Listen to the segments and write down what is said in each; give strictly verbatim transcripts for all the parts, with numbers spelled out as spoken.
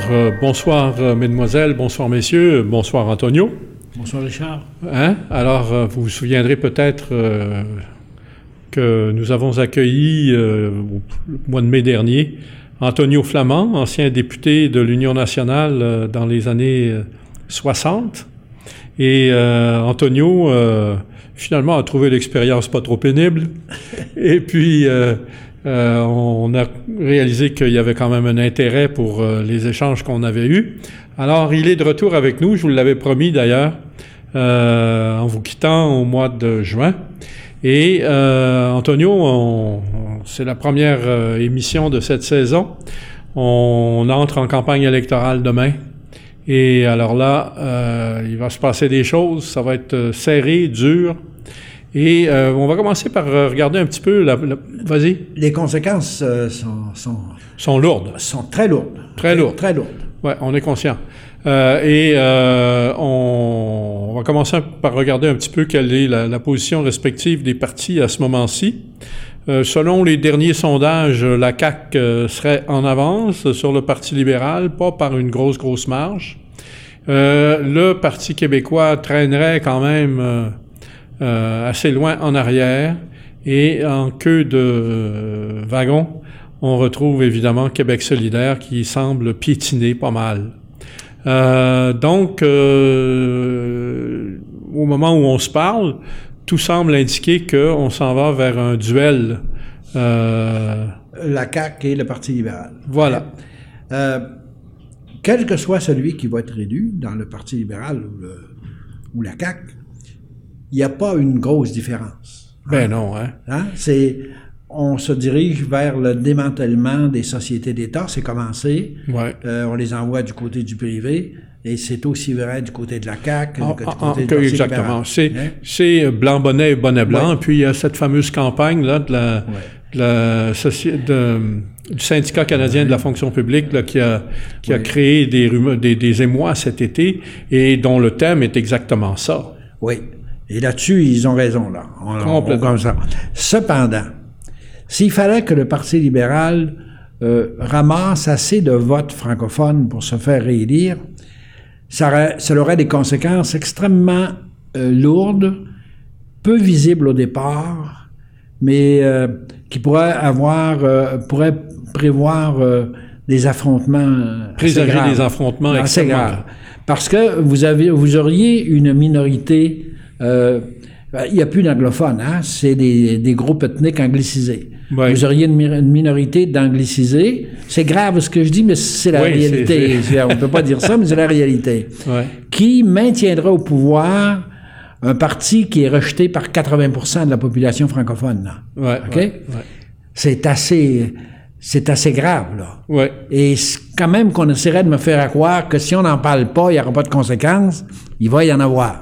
euh, bonsoir euh, mesdemoiselles, bonsoir messieurs, bonsoir Antonio. Bonsoir Richard. Hein? Alors, euh, vous vous souviendrez peut-être euh, que nous avons accueilli euh, au mois de mai dernier Antonio Flamand, ancien député de l'Union nationale euh, dans les années euh, soixante. Et euh, Antonio, euh, finalement, a trouvé l'expérience pas trop pénible. Et puis, euh, euh, on a réalisé qu'il y avait quand même un intérêt pour euh, les échanges qu'on avait eus. Alors, il est de retour avec nous, je vous l'avais promis d'ailleurs, euh, en vous quittant au mois de juin. Et euh, Antonio, on, on, c'est la première euh, émission de cette saison. On entre en campagne électorale demain. Et alors là, euh, il va se passer des choses. Ça va être euh, serré, dur. Et euh, on va commencer par euh, regarder un petit peu... La, la... Vas-y. Les conséquences euh, sont, sont... Sont lourdes. Sont très lourdes. Très lourdes. Très lourdes. Oui, on est conscient. Euh, et euh, on, on va commencer par regarder un petit peu quelle est la, la position respective des partis à ce moment-ci. Euh, selon les derniers sondages, la C A Q euh, serait en avance sur le Parti libéral, pas par une grosse, grosse marge. Euh, le Parti québécois traînerait quand même euh, euh, assez loin en arrière. Et en queue de euh, wagon, on retrouve évidemment Québec solidaire qui semble piétiner pas mal. Euh, donc, euh, au moment où on se parle, tout semble indiquer qu'on s'en va vers un duel. Euh, la C A Q et le Parti libéral. Voilà. Euh, quel que soit celui qui va être élu dans le Parti libéral ou, le, ou la C A Q, il n'y a pas une grosse différence. Ben hein? non, hein? hein? C'est... On se dirige vers le démantèlement des sociétés d'État. C'est commencé. Ouais. Euh, on les envoie du côté du privé. Et c'est aussi vrai du côté de la C A Q en, que du côté en, du Parti exactement. libéral. C'est, hein? c'est blanc bonnet et bonnet blanc. Ouais. Puis il y a cette fameuse campagne là de la, ouais. de la soci- de, du syndicat canadien ouais. de la fonction publique là, qui a qui ouais. a créé des, rumeurs, des des émois cet été et dont le thème est exactement ça. Oui. Et là-dessus, ils ont raison là. On, Complètement. On, comme ça. Cependant, s'il fallait que le Parti libéral euh, ramasse assez de votes francophones pour se faire réélire, ça, aurait, ça aurait des conséquences extrêmement euh, lourdes, peu visibles au départ, mais euh, qui pourraient avoir, euh, pourraient prévoir euh, des affrontements présager assez graves, des affrontements assez graves, parce que vous avez, vous auriez une minorité. Euh, il n'y a plus d'anglophones, hein? C'est des, des groupes ethniques anglicisés. Oui. Vous auriez une, une minorité d'anglicisés. C'est grave ce que je dis, mais c'est la oui, réalité. C'est, c'est... On ne peut pas dire ça, mais c'est la réalité. Oui. Qui maintiendra au pouvoir un parti qui est rejeté par quatre-vingts pour cent de la population francophone. Là. Ouais, OK? Ouais, ouais. C'est assez... C'est assez grave, là. Ouais. Et quand même qu'on essaierait de me faire croire que si on n'en parle pas, il n'y aura pas de conséquences, il va y en avoir.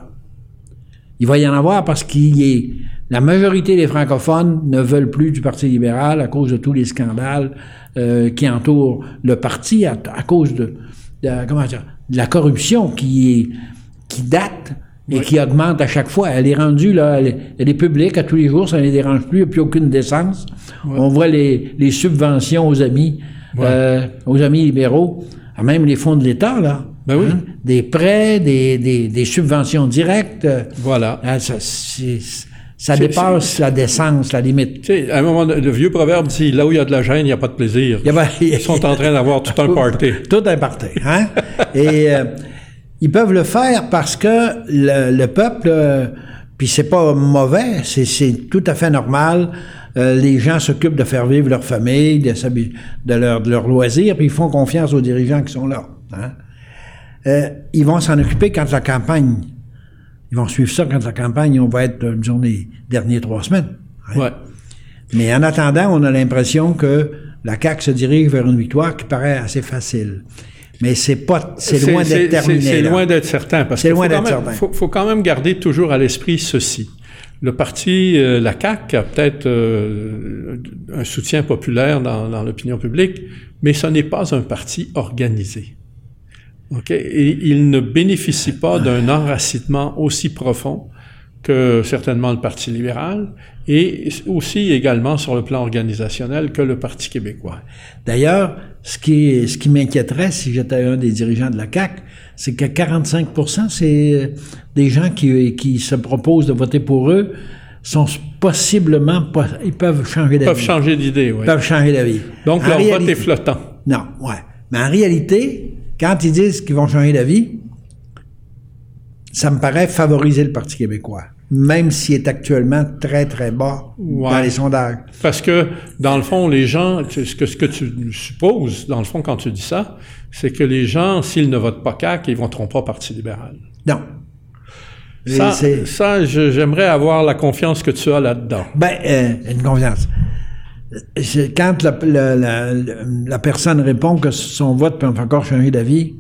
Il va y en avoir parce qu'il est... La majorité des francophones ne veulent plus du Parti libéral à cause de tous les scandales euh, qui entourent le parti, à, à cause de, de, comment dire, de la corruption qui, est, qui date et oui. qui augmente à chaque fois. Elle est rendue, là, elle est, elle est publique à tous les jours, ça ne les dérange plus, il n'y a plus aucune décence. Oui. On voit les, les subventions aux amis, oui. euh, aux amis libéraux, même les fonds de l'État, là. Ben oui. Hein? Des prêts, des, des, des subventions directes. Voilà. Hein, ça, c'est, ça dépasse c'est, c'est, la décence, la limite. Tu sais, à un moment, le vieux proverbe dit « Là où il y a de la gêne, il n'y a pas de plaisir. » Ils sont en train d'avoir tout un party. Tout un party, hein? Et euh, ils peuvent le faire parce que le, le peuple, euh, puis c'est pas mauvais, c'est, c'est tout à fait normal. Euh, les gens s'occupent de faire vivre leur famille, de, de, leur, de leur loisir, puis ils font confiance aux dirigeants qui sont là. Hein? Euh, ils vont s'en occuper quand la campagne, ils vont suivre ça quand la campagne, on va être, disons, les dernières trois semaines. Hein? Ouais. Mais en attendant, on a l'impression que la C A Q se dirige vers une victoire qui paraît assez facile. Mais c'est pas, c'est, c'est loin d'être terminé. C'est, c'est loin d'être certain, parce c'est qu'il loin faut, d'être quand même, certain. Faut, faut quand même garder toujours à l'esprit ceci. Le parti, euh, la C A Q, a peut-être euh, un soutien populaire dans, dans l'opinion publique, mais ce n'est pas un parti organisé. OK? Et il ne bénéficie pas d'un enracinement aussi profond que certainement le Parti libéral, et aussi également sur le plan organisationnel que le Parti québécois. D'ailleurs, ce qui, ce qui m'inquiéterait si j'étais un des dirigeants de la C A Q, c'est que quarante-cinq pour cent, c'est des gens qui, qui se proposent de voter pour eux, sont possiblement, ils peuvent changer d'avis. Ils peuvent changer d'idée, oui. Ils peuvent changer d'avis. Donc, en leur réalité, vote est flottant. Non, ouais. Mais en réalité, quand ils disent qu'ils vont changer d'avis, ça me paraît favoriser le Parti québécois, même s'il est actuellement très, très bas ouais. dans les sondages. Parce que, dans le fond, les gens, ce que, ce que tu supposes, dans le fond, quand tu dis ça, c'est que les gens, s'ils ne votent pas C A Q, ils ne voteront pas Parti libéral. Non. Ça, ça je, j'aimerais avoir la confiance que tu as là-dedans. Ben, euh, une confiance. Quand la, la, la, la personne répond que son vote peut encore changer d'avis,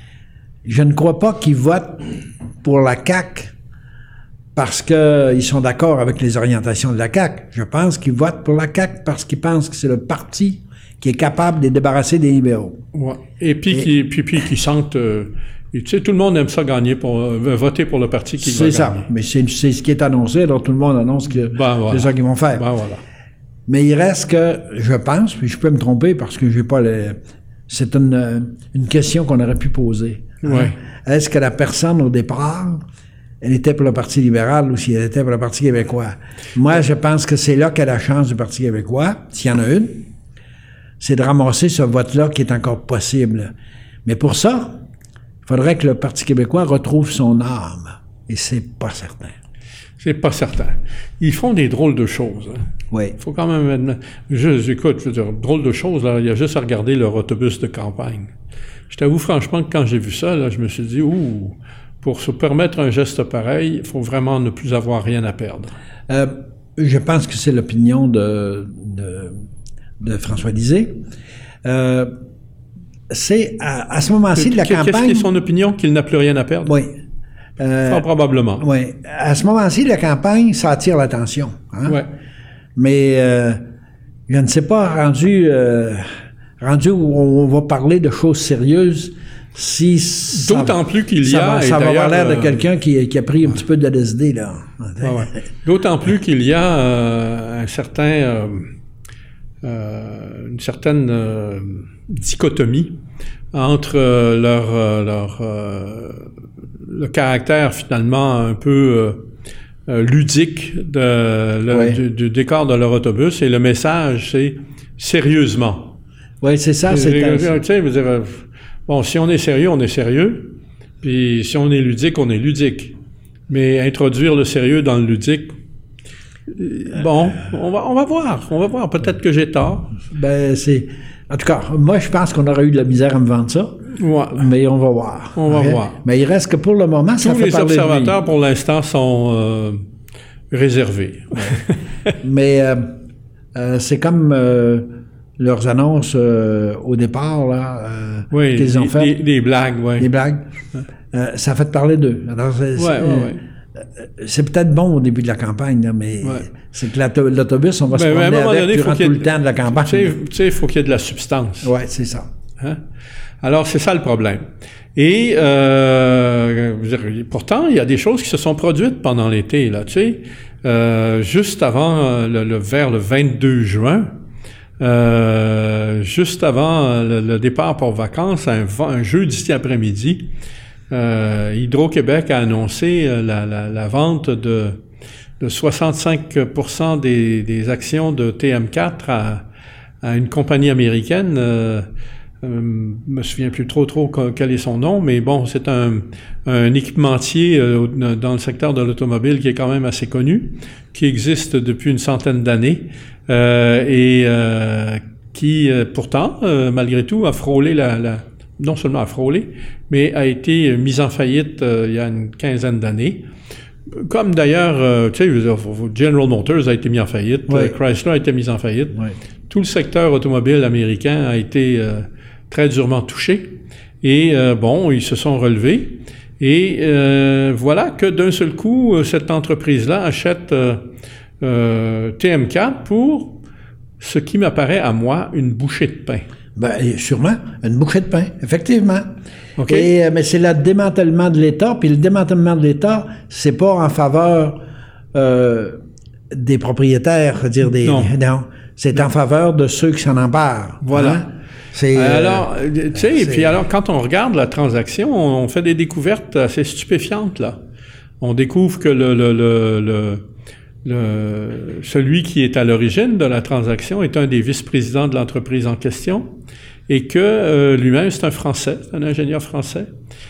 je ne crois pas qu'ils votent pour la C A Q parce qu'ils sont d'accord avec les orientations de la C A Q. Je pense qu'ils votent pour la C A Q parce qu'ils pensent que c'est le parti qui est capable de les débarrasser des libéraux. Ouais. Et puis, Et, qui, puis, puis qui sentent... Euh, tu sais, tout le monde aime ça gagner pour euh, voter pour le parti qui va gagner. C'est ça. Mais c'est, c'est ce qui est annoncé, alors tout le monde annonce que ben, voilà. c'est ça qu'ils vont faire. Ben, voilà. Mais il reste que, je pense, puis je peux me tromper parce que j'ai pas le... C'est une, une question qu'on aurait pu poser. Ouais. Hein? Est-ce que la personne, au départ, elle était pour le Parti libéral ou si elle était pour le Parti québécois? Moi, je pense que c'est là qu'est la chance du Parti québécois, s'il y en a une, c'est de ramasser ce vote-là qui est encore possible. Mais pour ça, il faudrait que le Parti québécois retrouve son âme. Et c'est pas certain. C'est pas certain. Ils font des drôles de choses. Hein. Oui. Il faut quand même admettre. Je, écoute, je veux dire, drôle de choses, là, il y a juste à regarder leur autobus de campagne. Je t'avoue franchement que quand j'ai vu ça, là, je me suis dit, ouh, pour se permettre un geste pareil, il faut vraiment ne plus avoir rien à perdre. Euh, je pense que c'est l'opinion de, de, de François Lisée. Euh, c'est à, à ce moment-ci de la Qu'est-ce campagne... Qu'est-ce qui est son opinion, qu'il n'a plus rien à perdre? Oui. Euh, Fort probablement. Oui. À ce moment-ci de la campagne, ça attire l'attention. Hein? Oui. Mais euh, je ne sais pas, rendu, euh, rendu où on va parler de choses sérieuses, si... Ça, D'autant plus qu'il y a... Ça va, ça va avoir l'air euh, de quelqu'un qui, qui a pris un petit peu de L S D, là. Ouais, ouais. D'autant plus qu'il y a euh, un certain... Euh, euh, une certaine euh, dichotomie entre euh, leur... Euh, leur euh, le caractère, finalement, un peu... Euh, ludique de, le, ouais. du, du décor de leur autobus, et le message, c'est « sérieusement ». Oui, c'est ça. C'est tu sais, vous dire, bon, si on est sérieux, on est sérieux, puis si on est ludique, on est ludique. Mais introduire le sérieux dans le ludique, bon, on va, on va voir, on va voir. Peut-être que j'ai tort. Ben, c'est... En tout cas, moi, je pense qu'on aurait eu de la misère à me vendre ça. Ouais. Mais on va voir. On va okay? voir. Mais il reste que pour le moment, ça Tous fait les parler observateurs, de lui. pour l'instant, sont euh, réservés. Ouais. Mais euh, euh, c'est comme euh, leurs annonces euh, au départ, là, euh, oui, qu'ils ont fait. Des, des blagues, oui. Des blagues. Euh, ça a fait parler d'eux. Alors, c'est, ouais, c'est, ouais, euh, ouais. c'est peut-être bon au début de la campagne, là, mais ouais. c'est que l'auto- l'autobus, on va ben, se promener avec donné, durant tout le temps de la campagne. Tu sais, il faut qu'il y ait de la substance. Oui, c'est ça. Hein? Alors, c'est ça le problème. Et euh, pourtant, il y a des choses qui se sont produites pendant l'été, là, tu sais. Euh, juste avant, le, le, vers le vingt-deux juin, euh, juste avant le, le départ pour vacances, un, un jeudi après-midi, euh, Hydro-Québec a annoncé la, la, la vente de, de soixante-cinq pour cent des, des actions de T M quatre à, à une compagnie américaine. Euh, Je euh, me souviens plus trop trop quel est son nom, mais bon, c'est un, un équipementier euh, dans le secteur de l'automobile qui est quand même assez connu, qui existe depuis une centaine d'années euh, et euh, qui euh, pourtant, euh, malgré tout, a frôlé la, la, non seulement a frôlé, mais a été mis en faillite euh, il y a une quinzaine d'années. Comme d'ailleurs, euh, tu sais, General Motors a été mis en faillite, ouais. Chrysler a été mis en faillite. Ouais. Tout le secteur automobile américain a été euh, très durement touché. Et euh, bon, ils se sont relevés. Et euh, voilà que d'un seul coup, cette entreprise-là achète euh, euh, T M quatre pour ce qui m'apparaît à moi une bouchée de pain. Ben, sûrement, une bouchée de pain, effectivement. Okay. Et, euh, mais c'est le démantèlement de l'État, puis le démantèlement de l'État, c'est pas en faveur euh, des propriétaires, c'est-à-dire des... Non. non. C'est en faveur de ceux qui s'en emparent. Voilà. Hein? C'est, euh, alors, tu sais, et puis euh, alors, quand on regarde la transaction, on fait des découvertes assez stupéfiantes, là. On découvre que le, le, le, le, le celui qui est à l'origine de la transaction est un des vice-présidents de l'entreprise en question et que euh, lui-même, c'est un Français, un ingénieur français,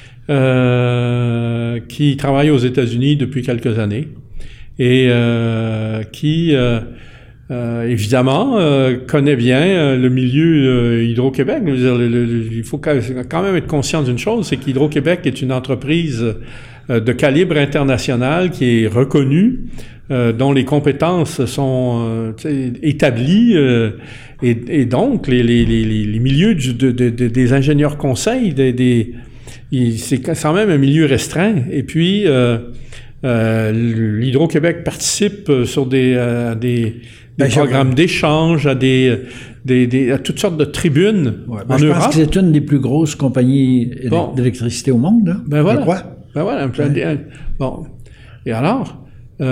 euh, qui travaille aux États-Unis depuis quelques années et euh, qui... Euh, Euh, évidemment, euh, connaît bien euh, le milieu euh, Hydro-Québec. Je veux dire, le, le, il faut quand même être conscient d'une chose, c'est qu'Hydro-Québec est une entreprise euh, de calibre international qui est reconnue, euh, dont les compétences sont euh, établies, euh, et, et donc les, les, les, les milieux du, de, de, de, des ingénieurs conseils, des, des, il, c'est quand même un milieu restreint. Et puis, euh, euh, l'Hydro-Québec participe sur des... Euh, des des ben, programmes d'échange, à des, des, des, à toutes sortes de tribunes ouais, ben en je Europe. pense que c'est une des plus grosses compagnies bon. d'électricité au monde, hein, ben voilà. je crois. Ben voilà. Ouais. Bon. Et alors,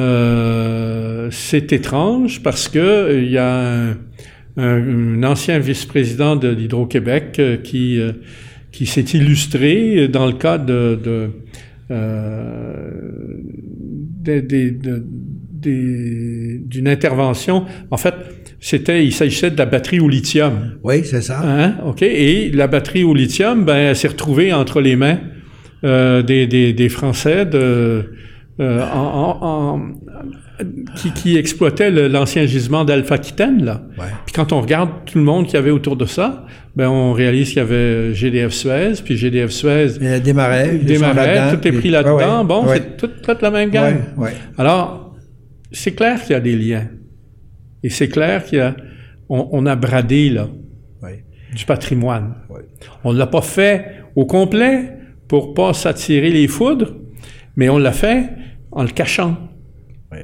euh, c'est étrange parce que il y a un, un, un ancien vice-président de l'Hydro-Québec euh, qui, euh, qui s'est illustré dans le cadre de, de, euh, de, de, de Des, d'une intervention. En fait, c'était, il s'agissait de la batterie au lithium. Oui, c'est ça. Hein? OK. Et la batterie au lithium, ben, elle s'est retrouvée entre les mains euh, des, des, des Français de, euh, en, en, en, qui, qui exploitaient le, l'ancien gisement d'Alpha-Aquitaine, là. Ouais. Puis quand on regarde tout le monde qu'il y avait autour de ça, ben, on réalise qu'il y avait G D F Suez, puis G D F Suez... Il démarrait. Démarrait, tout est pris là-dedans. Ouais, ouais, bon, ouais. c'est toute, toute la même gang. Ouais, ouais. Alors, c'est clair qu'il y a des liens. Et c'est clair qu'il y a... On, on a bradé, là, oui. du patrimoine. Oui. On ne l'a pas fait au complet pour pas s'attirer les foudres, mais on l'a fait en le cachant. Oui.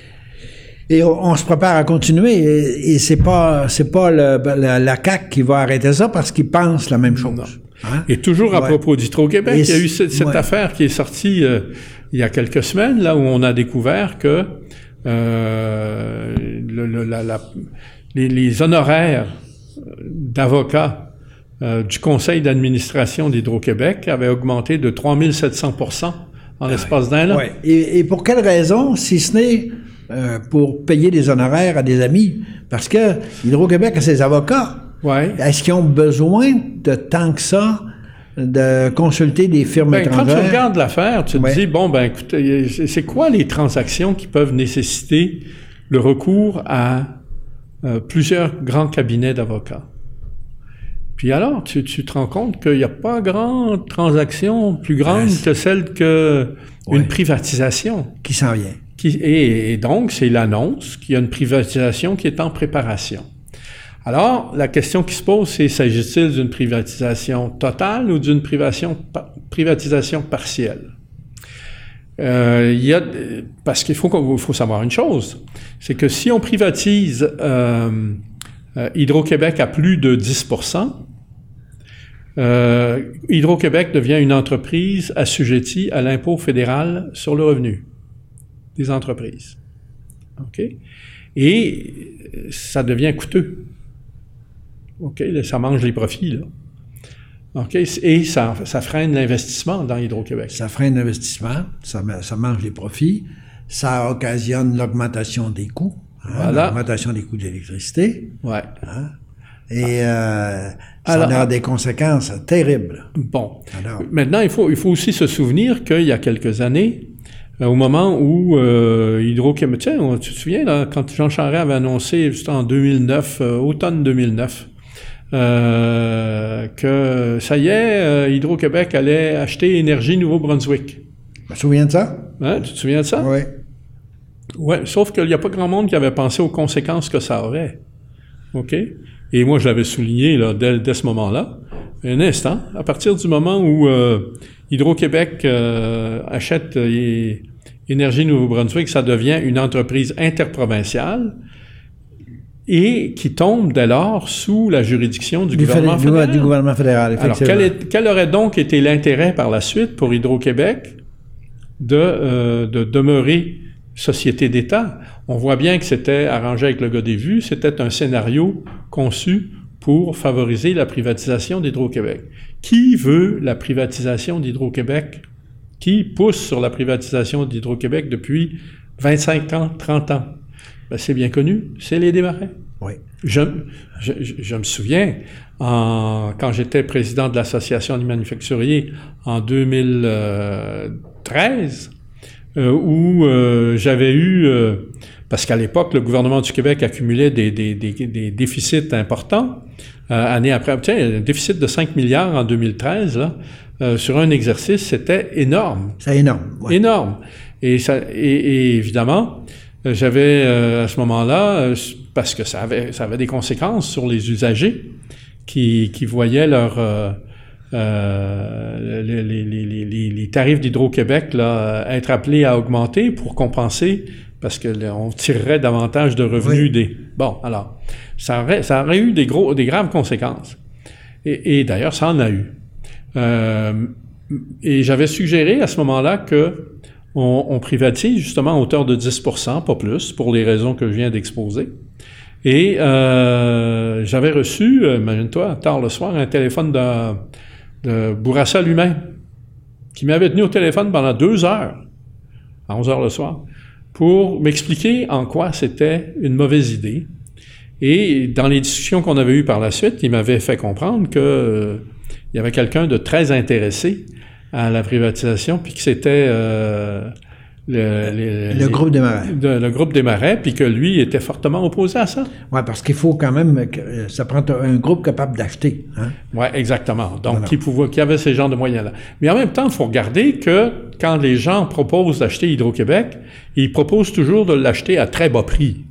Et on, on se prépare à continuer, et, et c'est pas c'est pas le, la, la C A Q qui va arrêter ça parce qu'ils pensent la même chose. Hein? Et toujours à ouais. propos d'Hydro-Québec, et il y a eu cette, cette ouais. affaire qui est sortie euh, il y a quelques semaines, là où on a découvert que Euh, le, le, la, la, les, les honoraires d'avocats euh, du conseil d'administration d'Hydro-Québec avaient augmenté de trois mille sept cents pour cent en ah l'espace oui. d'un an. Oui. Et, et pour quelle raison, si ce n'est euh, pour payer des honoraires à des amis? Parce que Hydro-Québec a ses avocats. Ouais. Est-ce qu'ils ont besoin de tant que ça de consulter des firmes ben, étrangères? Quand tu regardes l'affaire, tu te ouais. dis, bon, ben écoute, c'est quoi les transactions qui peuvent nécessiter le recours à euh, plusieurs grands cabinets d'avocats? Puis alors, tu, tu te rends compte qu'il n'y a pas grande transaction plus grande ouais. que celle que ouais. une privatisation. Qui s'en vient. Qui, et, et donc, c'est l'annonce qu'il y a une privatisation qui est en préparation. Alors, la question qui se pose, c'est s'agit-il d'une privatisation totale ou d'une privatisation, privatisation partielle? Euh, il y a, parce qu'il faut, il faut savoir une chose, c'est que si on privatise euh, euh, Hydro-Québec à plus de dix pour cent, euh, Hydro-Québec devient une entreprise assujettie à l'impôt fédéral sur le revenu des entreprises. OK? Et ça devient coûteux. OK, là, ça mange les profits, là. OK, et ça, ça freine l'investissement dans Hydro-Québec. Ça freine l'investissement, ça, ça mange les profits, ça occasionne l'augmentation des coûts, hein, voilà. l'augmentation des coûts de l'électricité. Ouais. Hein, et euh, ça Alors, a des conséquences terribles. Bon. Alors, maintenant, il faut, il faut aussi se souvenir qu'il y a quelques années, au moment où euh, Hydro-Québec, tu sais, tu te souviens, là, quand Jean Charest avait annoncé, c'était en deux mille neuf, euh, automne deux mille neuf, euh, que ça y est, euh, Hydro-Québec allait acheter Énergie Nouveau-Brunswick. Je me souviens de ça. Hein, tu te souviens de ça? Oui. Oui, sauf qu'il n'y a pas grand monde qui avait pensé aux conséquences que ça aurait. OK? Et moi, je l'avais souligné là, dès, dès ce moment-là. Un instant, à partir du moment où euh, Hydro-Québec euh, achète euh, Énergie Nouveau-Brunswick, ça devient une entreprise interprovinciale et qui tombe dès lors sous la juridiction du, du gouvernement fédé- fédéral. Du gouvernement fédéral, Alors, quel, est, quel aurait donc été l'intérêt par la suite pour Hydro-Québec de, euh, de demeurer société d'État. On voit bien que c'était arrangé avec le gars des vues, c'était un scénario conçu pour favoriser la privatisation d'Hydro-Québec. Qui veut la privatisation d'Hydro-Québec? Qui pousse sur la privatisation d'Hydro-Québec depuis vingt-cinq ans, trente ans? Ben, c'est bien connu, c'est les Desmarais. Oui. Je, je, je me souviens, en, quand j'étais président de l'Association des manufacturiers en deux mille treize, euh, où euh, j'avais eu, euh, parce qu'à l'époque, le gouvernement du Québec accumulait des, des, des, des déficits importants, euh, année après, tiens, un déficit de cinq milliards en deux mille treize, là, euh, sur un exercice, c'était énorme. C'est énorme. Ouais. Énorme. Et, ça, et, et évidemment, j'avais euh, à ce moment-là, euh, parce que ça avait, ça avait des conséquences sur les usagers qui, qui voyaient leur, euh, euh, les, les, les, les, les tarifs d'Hydro-Québec là, être appelés à augmenter pour compenser, parce que là, on tirerait davantage de revenus oui. des... Bon, alors, ça aurait, ça aurait eu des, gros, des graves conséquences. Et, et d'ailleurs, ça en a eu. Euh, et j'avais suggéré à ce moment-là que On, on privatise justement à hauteur de dix pour cent, pas plus, pour les raisons que je viens d'exposer. Et euh, j'avais reçu, euh, imagine-toi, tard le soir, un téléphone de, de Bourassa lui-même, qui m'avait tenu au téléphone pendant deux heures, à onze heures le soir, pour m'expliquer en quoi c'était une mauvaise idée. Et dans les discussions qu'on avait eues par la suite, il m'avait fait comprendre que euh, il y avait quelqu'un de très intéressé à la privatisation, puis que c'était euh, le, les, le les, groupe Desmarais. De, le groupe Desmarais, puis que lui était fortement opposé à ça. Oui, parce qu'il faut quand même que ça prend un groupe capable d'acheter. Hein? Oui, exactement. Donc, voilà. qui, pouvait, qui avait ces genres de moyens-là. Mais en même temps, il faut regarder que quand les gens proposent d'acheter Hydro-Québec, ils proposent toujours de l'acheter à très bas prix.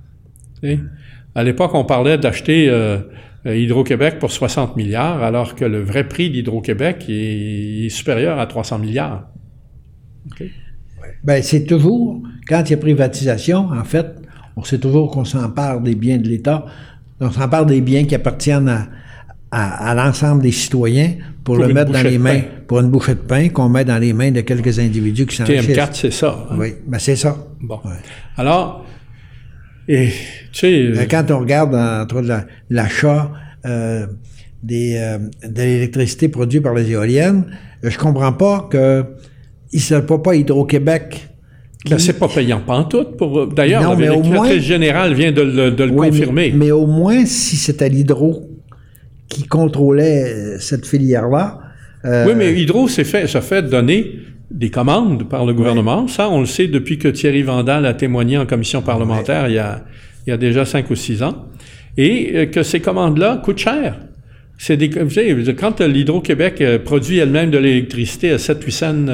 Et à l'époque, on parlait d'acheter euh, Hydro-Québec pour soixante milliards, alors que le vrai prix d'Hydro-Québec est, est supérieur à trois cents milliards. Okay. Bien, c'est toujours, quand il y a privatisation, en fait, on sait toujours qu'on s'empare des biens de l'État, on s'empare des biens qui appartiennent à, à, à l'ensemble des citoyens pour, pour le mettre dans les mains, pour une bouchée de pain qu'on met dans les mains de quelques individus qui s'enrichissent. T M quatre, c'est ça. Hein? Oui, ben c'est ça. Bon. Ouais. Alors, et, tu sais... Quand on regarde, entre autres, la, l'achat euh, des, euh, de l'électricité produite par les éoliennes, je comprends pas que il ne soit pas Hydro-Québec. Qui... Ben, c'est pas payant pantoute. Pour... D'ailleurs, non, la directrice générale vient de le, de le oui, confirmer. Mais, mais au moins, si c'était l'Hydro qui contrôlait cette filière-là... Euh... Oui, mais Hydro s'est fait, se fait donner des commandes par le gouvernement. Oui. Ça, on le sait depuis que Thierry Vandal a témoigné en commission parlementaire oui. il, y a, il y a déjà cinq ou six ans. Et que ces commandes-là coûtent cher. C'est des, vous savez, quand l'Hydro-Québec produit elle-même de l'électricité à sept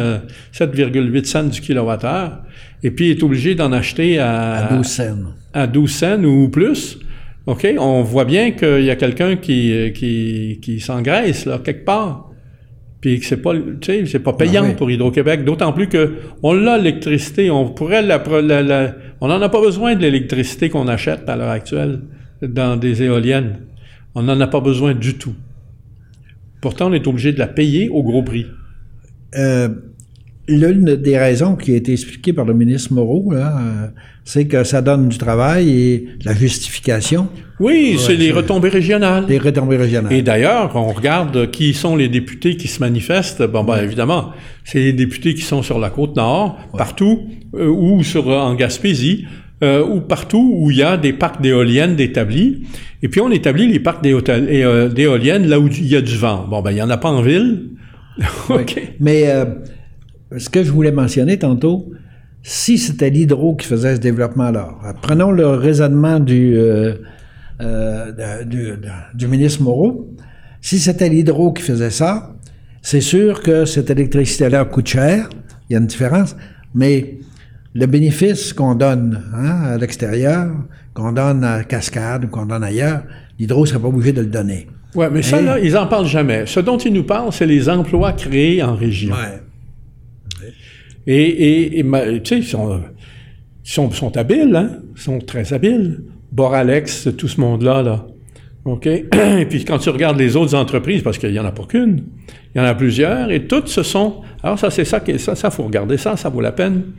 virgule huit cents du kilowattheure, et puis est obligé d'en acheter à, à douze cents. À douze cents ou plus, OK, on voit bien qu'il y a quelqu'un qui, qui, qui s'engraisse, là, quelque part. Puis que c'est pas, tu sais, c'est pas payant ah oui. pour Hydro-Québec, d'autant plus que on l'a l'électricité, on pourrait la, la, la on n'en a pas besoin de l'électricité qu'on achète à l'heure actuelle dans des éoliennes. On n'en a pas besoin du tout. Pourtant, on est obligé de la payer au gros prix. Euh, l'une des raisons qui a été expliquée par le ministre Moreau, là, euh, c'est que ça donne du travail et de la justification. Oui, ouais, c'est les retombées régionales. Les retombées régionales. Et d'ailleurs, on regarde qui sont les députés qui se manifestent. Bon, ben, évidemment, c'est les députés qui sont sur la Côte-Nord, ouais. partout, euh, ou sur, en Gaspésie, Euh, ou partout où il y a des parcs d'éoliennes d'établis. Et puis, on établit les parcs d'éoliennes là où il y a du vent. Bon, ben, il n'y en a pas en ville. OK. Oui. Mais euh, ce que je voulais mentionner tantôt, si c'était l'Hydro qui faisait ce développement-là, prenons le raisonnement du, euh, euh, de, du, de, du ministre Moreau, si c'était l'Hydro qui faisait ça, c'est sûr que cette électricité-là coûte cher, il y a une différence, mais le bénéfice qu'on donne hein, à l'extérieur, qu'on donne à Cascade ou qu'on donne ailleurs, l'Hydro ne serait pas obligé de le donner. Oui, mais ça, là, ils n'en parlent jamais. Ce dont ils nous parlent, c'est les emplois créés en région. Ouais. Ouais. Et, et, et tu sais, ils sont, ils sont, sont habiles, hein? Ils sont très habiles. Boralex, tout ce monde-là, là. OK? Et puis, quand tu regardes les autres entreprises, parce qu'il n'y en a pas qu'une, il y en a plusieurs, et toutes se sont... Alors, ça, c'est ça, ça, ça, faut regarder ça, ça vaut la peine.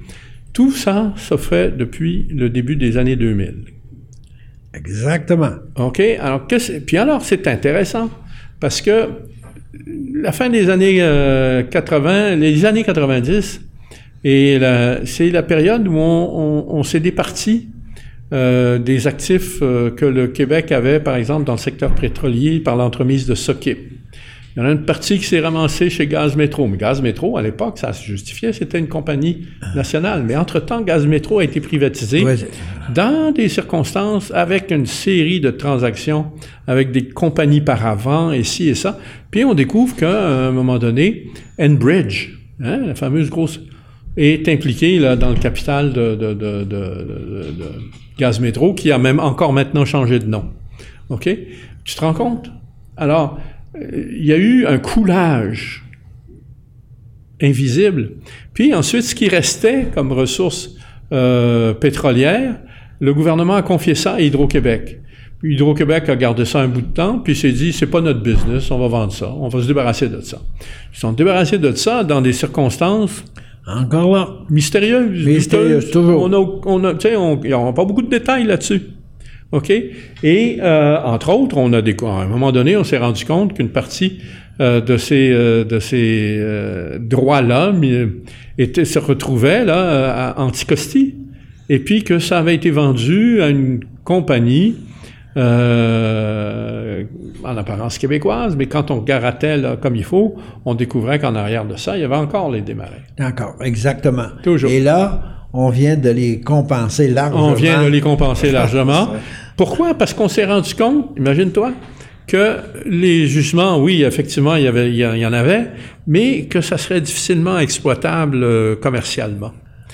Tout ça se fait depuis le début des années deux mille. Exactement. OK? Alors, qu'est-ce, puis alors, c'est intéressant, parce que la fin des années euh, quatre-vingts, les années quatre-vingt-dix, et la, c'est la période où on, on, on s'est départi euh, des actifs euh, que le Québec avait, par exemple, dans le secteur pétrolier, par l'entremise de Sokip. Il y en a une partie qui s'est ramassée chez Gaz Métro. Mais Gaz Métro, à l'époque, ça se justifiait, c'était une compagnie nationale. Mais entre-temps, Gaz Métro a été privatisé Ouais, dans des circonstances avec une série de transactions avec des compagnies par avant, et ci et ça. Puis on découvre qu'à un moment donné, Enbridge, hein, la fameuse grosse, est impliquée là, dans le capital de, de, de, de, de, de Gaz Métro, qui a même encore maintenant changé de nom. OK? Tu te rends compte? Alors, il y a eu un coulage invisible. Puis ensuite, ce qui restait comme ressources euh, pétrolières, le gouvernement a confié ça à Hydro-Québec. Puis Hydro-Québec a gardé ça un bout de temps, puis s'est dit, c'est pas notre business, on va vendre ça, on va se débarrasser de ça. Ils se sont débarrassés de ça dans des circonstances encore là. mystérieuses. Mystérieuses, toujours. On a, on a, tu sais, on n'a pas beaucoup de détails là-dessus. OK? Et, euh, entre autres, on a des, à un moment donné, on s'est rendu compte qu'une partie euh, de ces, euh, de ces euh, droits-là était, se retrouvait là, à Anticosti. Et puis que ça avait été vendu à une compagnie, euh, en apparence québécoise, mais quand on garatait là, comme il faut, on découvrait qu'en arrière de ça, il y avait encore les démarrais. D'accord, exactement. Toujours. Et là, on vient de les compenser largement. On vient de les compenser largement. Pourquoi? Parce qu'on s'est rendu compte, imagine-toi, que les jugements, oui, effectivement, il y avait, il y en avait, mais que ça serait difficilement exploitable euh, commercialement.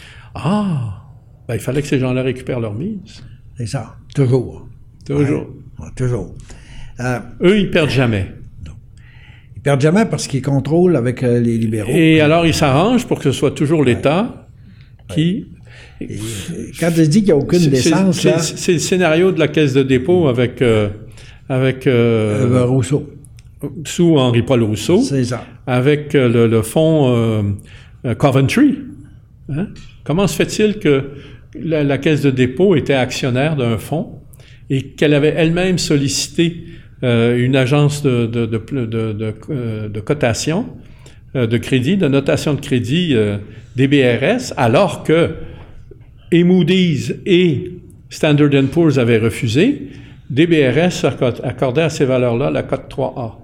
Ah! Ben, il fallait que ces gens-là récupèrent leur mise. C'est ça. Toujours. Toujours. Ouais, toujours. Euh, Eux, ils perdent jamais. Non. Ils perdent jamais parce qu'ils contrôlent avec euh, les libéraux. Et alors, ils s'arrangent pour que ce soit toujours l'État ouais. qui... Et, et quand je dis qu'il n'y a aucune c'est, décence, c'est, là... C'est, c'est le scénario de la Caisse de dépôt avec... Euh, avec euh, euh, Rousseau. Sous Henri-Paul Rousseau. C'est ça. Avec euh, le, le fonds euh, Coventry. Hein? Comment se fait-il que la, la Caisse de dépôt était actionnaire d'un fonds et qu'elle avait elle-même sollicité euh, une agence de, de, de, de, de, de, euh, de cotation euh, de crédit, de notation de crédit euh, D B R S, alors que et Moody's et Standard and Poor's avaient refusé, D B R S accordait à ces valeurs-là la cote trois A.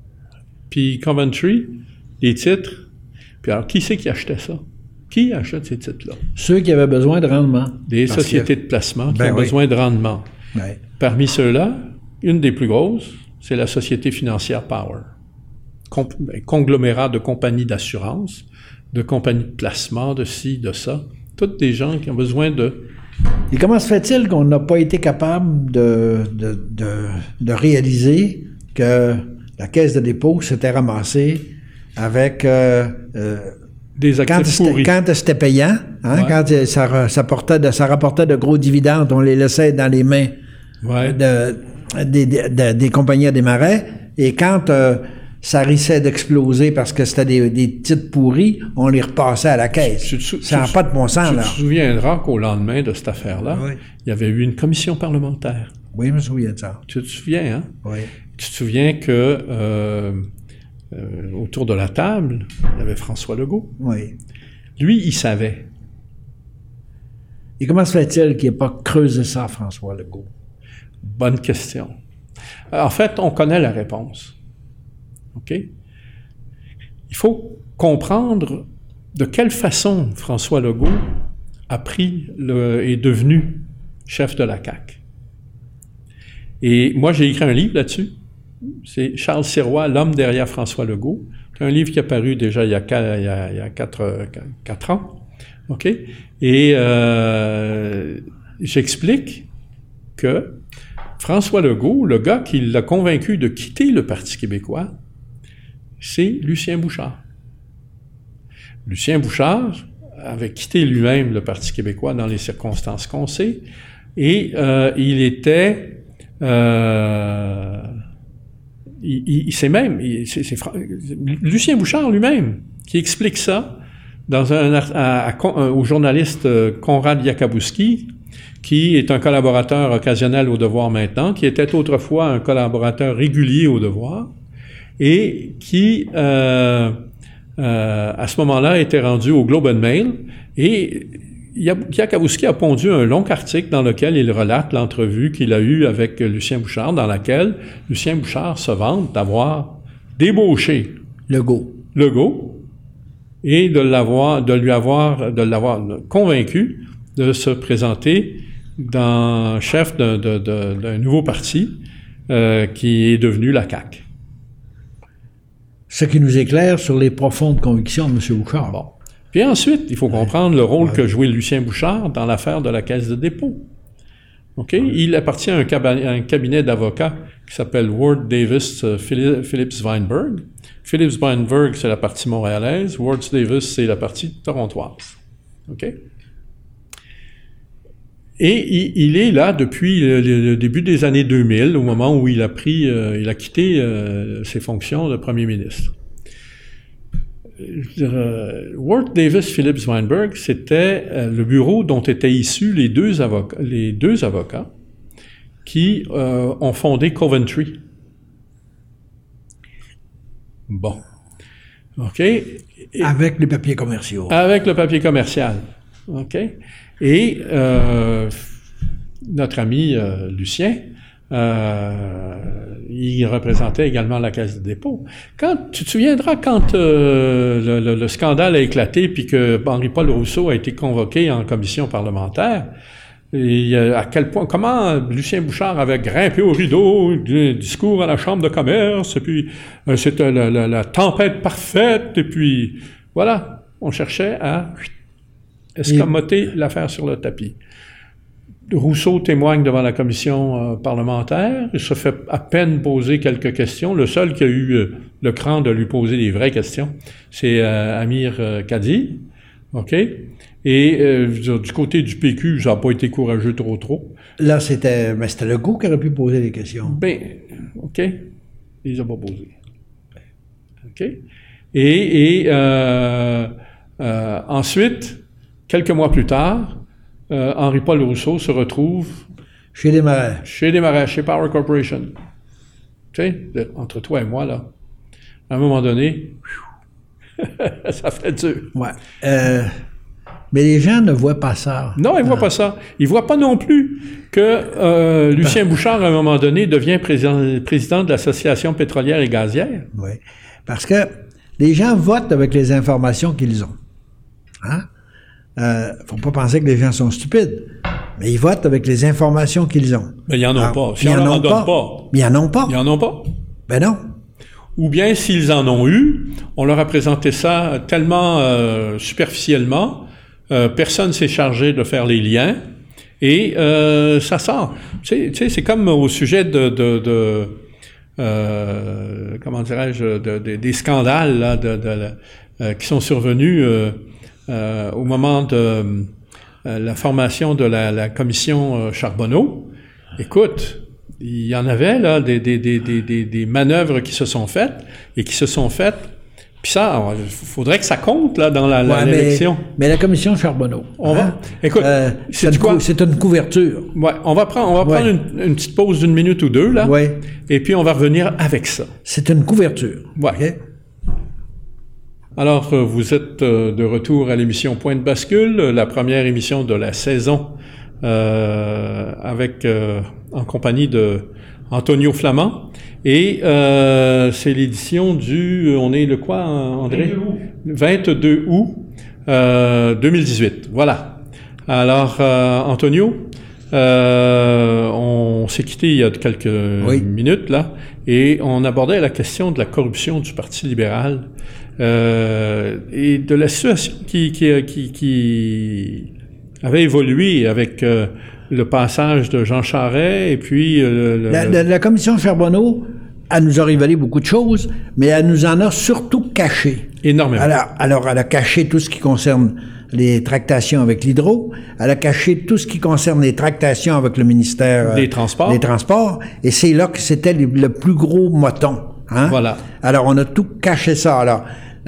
Puis Coventry, les titres, puis alors qui c'est qui achetait ça? Qui achète ces titres-là? Ceux qui avaient besoin de rendement. Des sociétés que... de placement qui ben ont oui. besoin de rendement. Ben. Parmi ceux-là, une des plus grosses, c'est la Société financière Power. Com- conglomérat de compagnies d'assurance, de compagnies de placement, de ci, de ça. Toutes des gens qui ont besoin de... Et comment se fait-il qu'on n'a pas été capable de, de, de, de réaliser que la Caisse de dépôt s'était ramassée avec... Euh, euh, des actifs quand c'était, pourris. quand c'était payant, hein, ouais. quand ça, ça, portait de, ça rapportait de gros dividendes, on les laissait dans les mains ouais. de, de, de, de, des compagnies à démarrer. Et quand euh, ça risquait d'exploser parce que c'était des, des titres pourris, on les repassait à la caisse. Tu, tu, ça n'a pas de bon sens, tu là. Tu te souviendras qu'au lendemain de cette affaire-là, oui. il y avait eu une commission parlementaire. Oui, je me souviens de ça. Tu te souviens, hein? Oui. Tu te souviens que... Euh, Euh, autour de la table, il y avait François Legault. Oui. Lui, il savait. Et comment se fait-il qu'il n'ait pas creusé ça, François Legault? Bonne question. En fait, on connaît la réponse. OK? Il faut comprendre de quelle façon François Legault a pris le, est devenu chef de la C A Q. Et moi, j'ai écrit un livre là-dessus. C'est Charles Sirois, l'homme derrière François Legault. C'est un livre qui est paru déjà il y a, il y a, il y a quatre, quatre ans. OK? Et euh, j'explique que François Legault, le gars qui l'a convaincu de quitter le Parti québécois, c'est Lucien Bouchard. Lucien Bouchard avait quitté lui-même le Parti québécois dans les circonstances qu'on sait, et euh, il était... Euh, Il, il, c'est même, il, c'est, c'est Lucien Bouchard lui-même qui explique ça dans un, à, à, à, au journaliste Konrad Yakabouski, qui est un collaborateur occasionnel au Devoir maintenant, qui était autrefois un collaborateur régulier au Devoir, et qui, euh, euh, à ce moment-là, était rendu au Globe and Mail, et Yakabouski a pondu un long article dans lequel il relate l'entrevue qu'il a eue avec Lucien Bouchard, dans laquelle Lucien Bouchard se vante d'avoir débauché Legault. Legault et de l'avoir, de lui avoir, de l'avoir convaincu de se présenter dans chef d'un, de, de, d'un nouveau parti euh, qui est devenu la C A Q. Ce qui nous éclaire sur les profondes convictions de M. Bouchard. Bon. Puis ensuite, il faut comprendre le rôle ouais. que jouait Lucien Bouchard dans l'affaire de la Caisse de dépôt. OK? Ouais. Il appartient à un, cab- à un cabinet d'avocats qui s'appelle Ward Davis uh, Phillips Weinberg. Phillips Weinberg, c'est la partie montréalaise. Ward Davis, c'est la partie torontoise. OK? Et il, il est là depuis le, le début des années deux mille, au moment où il a pris, euh, il a quitté euh, ses fonctions de premier ministre. Euh, Ward Davis Phillips Weinberg, c'était euh, le bureau dont étaient issus les deux avocats, les deux avocats qui euh, ont fondé Coventry. Bon. OK? Et, avec les papiers commerciaux. Avec le papier commercial. OK? Et euh, notre ami euh, Lucien, euh, il représentait également la Caisse de dépôt. Quand, tu te souviendras quand euh, le, le, le scandale a éclaté puis que Henri-Paul Rousseau a été convoqué en commission parlementaire, et à quel point, comment Lucien Bouchard avait grimpé au rideau du discours à la Chambre de commerce, et puis euh, c'était la, la, la tempête parfaite, et puis voilà, on cherchait à escamoter et... l'affaire sur le tapis. Rousseau témoigne devant la commission euh, parlementaire, il se fait à peine poser quelques questions. Le seul qui a eu euh, le cran de lui poser des vraies questions, c'est euh, Amir euh, Kadhi, OK? Et euh, du côté du P Q, ça n'a pas été courageux trop trop. Là, c'était, mais c'était Legault qui aurait pu poser les questions. Ben, OK, il les a pas posées. OK? Et, et euh, euh, ensuite, quelques mois plus tard, Euh, Henri-Paul Rousseau se retrouve chez Desmarais. Chez Desmarais, chez Power Corporation. Tu sais, entre toi et moi, là, à un moment donné, ça fait dur. Ouais. Euh, mais les gens ne voient pas ça. Non, ils ne voient pas ça. Ils ne voient pas non plus que euh, Lucien Bouchard, à un moment donné, devient président, président de l'Association pétrolière et gazière. Oui. Parce que les gens votent avec les informations qu'ils ont. Hein? Il euh, ne faut pas penser que les gens sont stupides, mais ils votent avec les informations qu'ils ont. Mais ils n'en ont Alors, pas. Si on n'en donne pas. pas. Mais ils n'en ont pas. Ils n'en ont pas. Ben non. Ou bien, s'ils en ont eu, on leur a présenté ça tellement euh, superficiellement, euh, personne ne s'est chargé de faire les liens, et euh, ça sort. Tu sais, c'est comme au sujet de... de, de euh, comment dirais-je, de, de, des scandales là, de, de, de, euh, qui sont survenus... Euh, Euh, au moment de euh, la formation de la, la commission euh, Charbonneau. Écoute, il y en avait là des, des, des, des, des manœuvres qui se sont faites et qui se sont faites. Puis ça, il faudrait que ça compte là dans la, la, ouais, l'élection. Mais, mais la commission Charbonneau. On hein? va. Écoute, euh, c'est, une cou- c'est une couverture. Ouais, on va prendre, on va ouais. prendre une, une petite pause d'une minute ou deux là. Ouais. Et puis on va revenir avec ça. C'est une couverture. Ouais. Okay? Alors, vous êtes de retour à l'émission Point de bascule, la première émission de la saison, euh, avec euh, en compagnie de Antonio Flamand. Et euh, c'est l'édition du, on est le quoi, André? vingt-deux août euh, deux mille dix-huit. Voilà. Alors, euh, Antonio, euh, on s'est quitté il y a quelques oui. minutes là, et on abordait la question de la corruption du Parti libéral. Euh, et de la situation qui, qui, qui, qui avait évolué avec euh, le passage de Jean Charest et puis... Euh, le, la, la, la commission Charbonneau, elle nous a révélé beaucoup de choses, mais elle nous en a surtout caché. Énormément. Alors, alors elle a caché tout ce qui concerne les tractations avec l'Hydro, elle a caché tout ce qui concerne les tractations avec le ministère... Des euh, Transports. Des Transports, et c'est là que c'était le, le plus gros moton. Hein? Voilà. Alors, on a tout caché ça. Alors,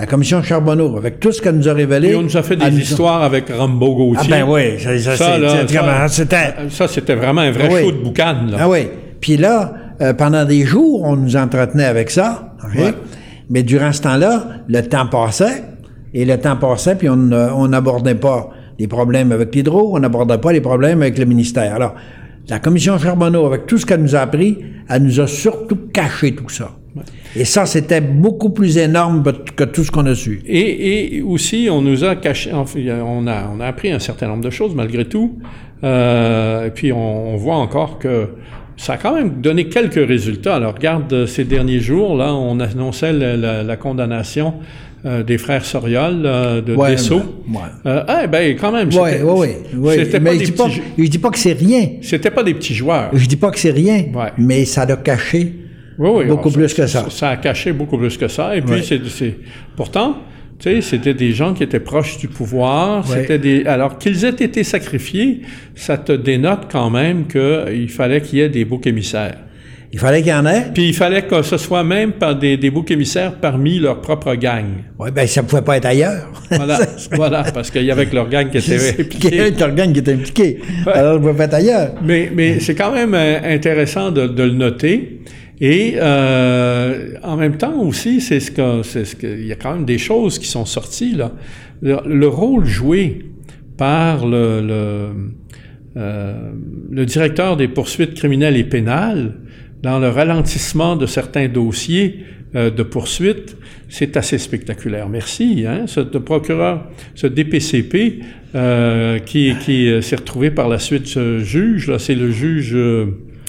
La commission Charbonneau, avec tout ce qu'elle nous a révélé... Et on nous a fait des histoires a... avec Rambo Gauthier. Ah ben oui, ça, ça, ça, là, ça, c'était... Ça, c'était vraiment un vrai oui. show de boucan, là. Ah oui. Puis là, euh, pendant des jours, on nous entretenait avec ça. Okay? Ouais. Mais durant ce temps-là, le temps passait, et le temps passait, puis on n'abordait pas les problèmes avec l'hydro, on n'abordait pas les problèmes avec le ministère. Alors, la commission Charbonneau, avec tout ce qu'elle nous a appris, elle nous a surtout caché tout ça. Ouais. Et ça, c'était beaucoup plus énorme que tout ce qu'on a su. Et, et aussi, on nous a caché, on a, on a appris un certain nombre de choses, malgré tout. Euh, et puis, on, on voit encore que ça a quand même donné quelques résultats. Alors, regarde, ces derniers jours, là, on annonçait la, la, la condamnation euh, des frères Soriol, euh, de ouais, Dessau. Ouais. Euh, ah, ben, quand même. Oui, oui, oui. C'était pas des petits... Je dis pas que c'est rien. C'était pas des petits joueurs. Je dis pas que c'est rien, ouais. mais ça l'a caché oui, oui, beaucoup alors, plus ça, que ça. ça. Ça a caché beaucoup plus que ça. Et puis, ouais. c'est, c'est... pourtant... Tu sais, c'était des gens qui étaient proches du pouvoir, ouais. c'était des... Alors, qu'ils aient été sacrifiés, ça te dénote quand même qu'il fallait qu'il y ait des boucs émissaires. Il fallait qu'il y en ait. Puis il fallait que ce soit même par des, des boucs émissaires parmi leur propre gang. Oui, bien, ça pouvait pas être ailleurs. Voilà, voilà, parce qu'il y avait que leur gang qui était impliqué. Il y avait que leur gang qui était impliqué. Ouais. Alors, ça pouvait pas être ailleurs. Mais, mais c'est quand même intéressant de, de le noter. Et euh, en même temps aussi, c'est ce que, c'est ce que, il y a quand même des choses qui sont sorties là. Le, le rôle joué par le le, euh, le directeur des poursuites criminelles et pénales dans le ralentissement de certains dossiers euh, de poursuite, c'est assez spectaculaire. Merci, hein, ce procureur, ce D P C P euh, qui qui euh, s'est retrouvé par la suite ce juge là, c'est le juge. Euh,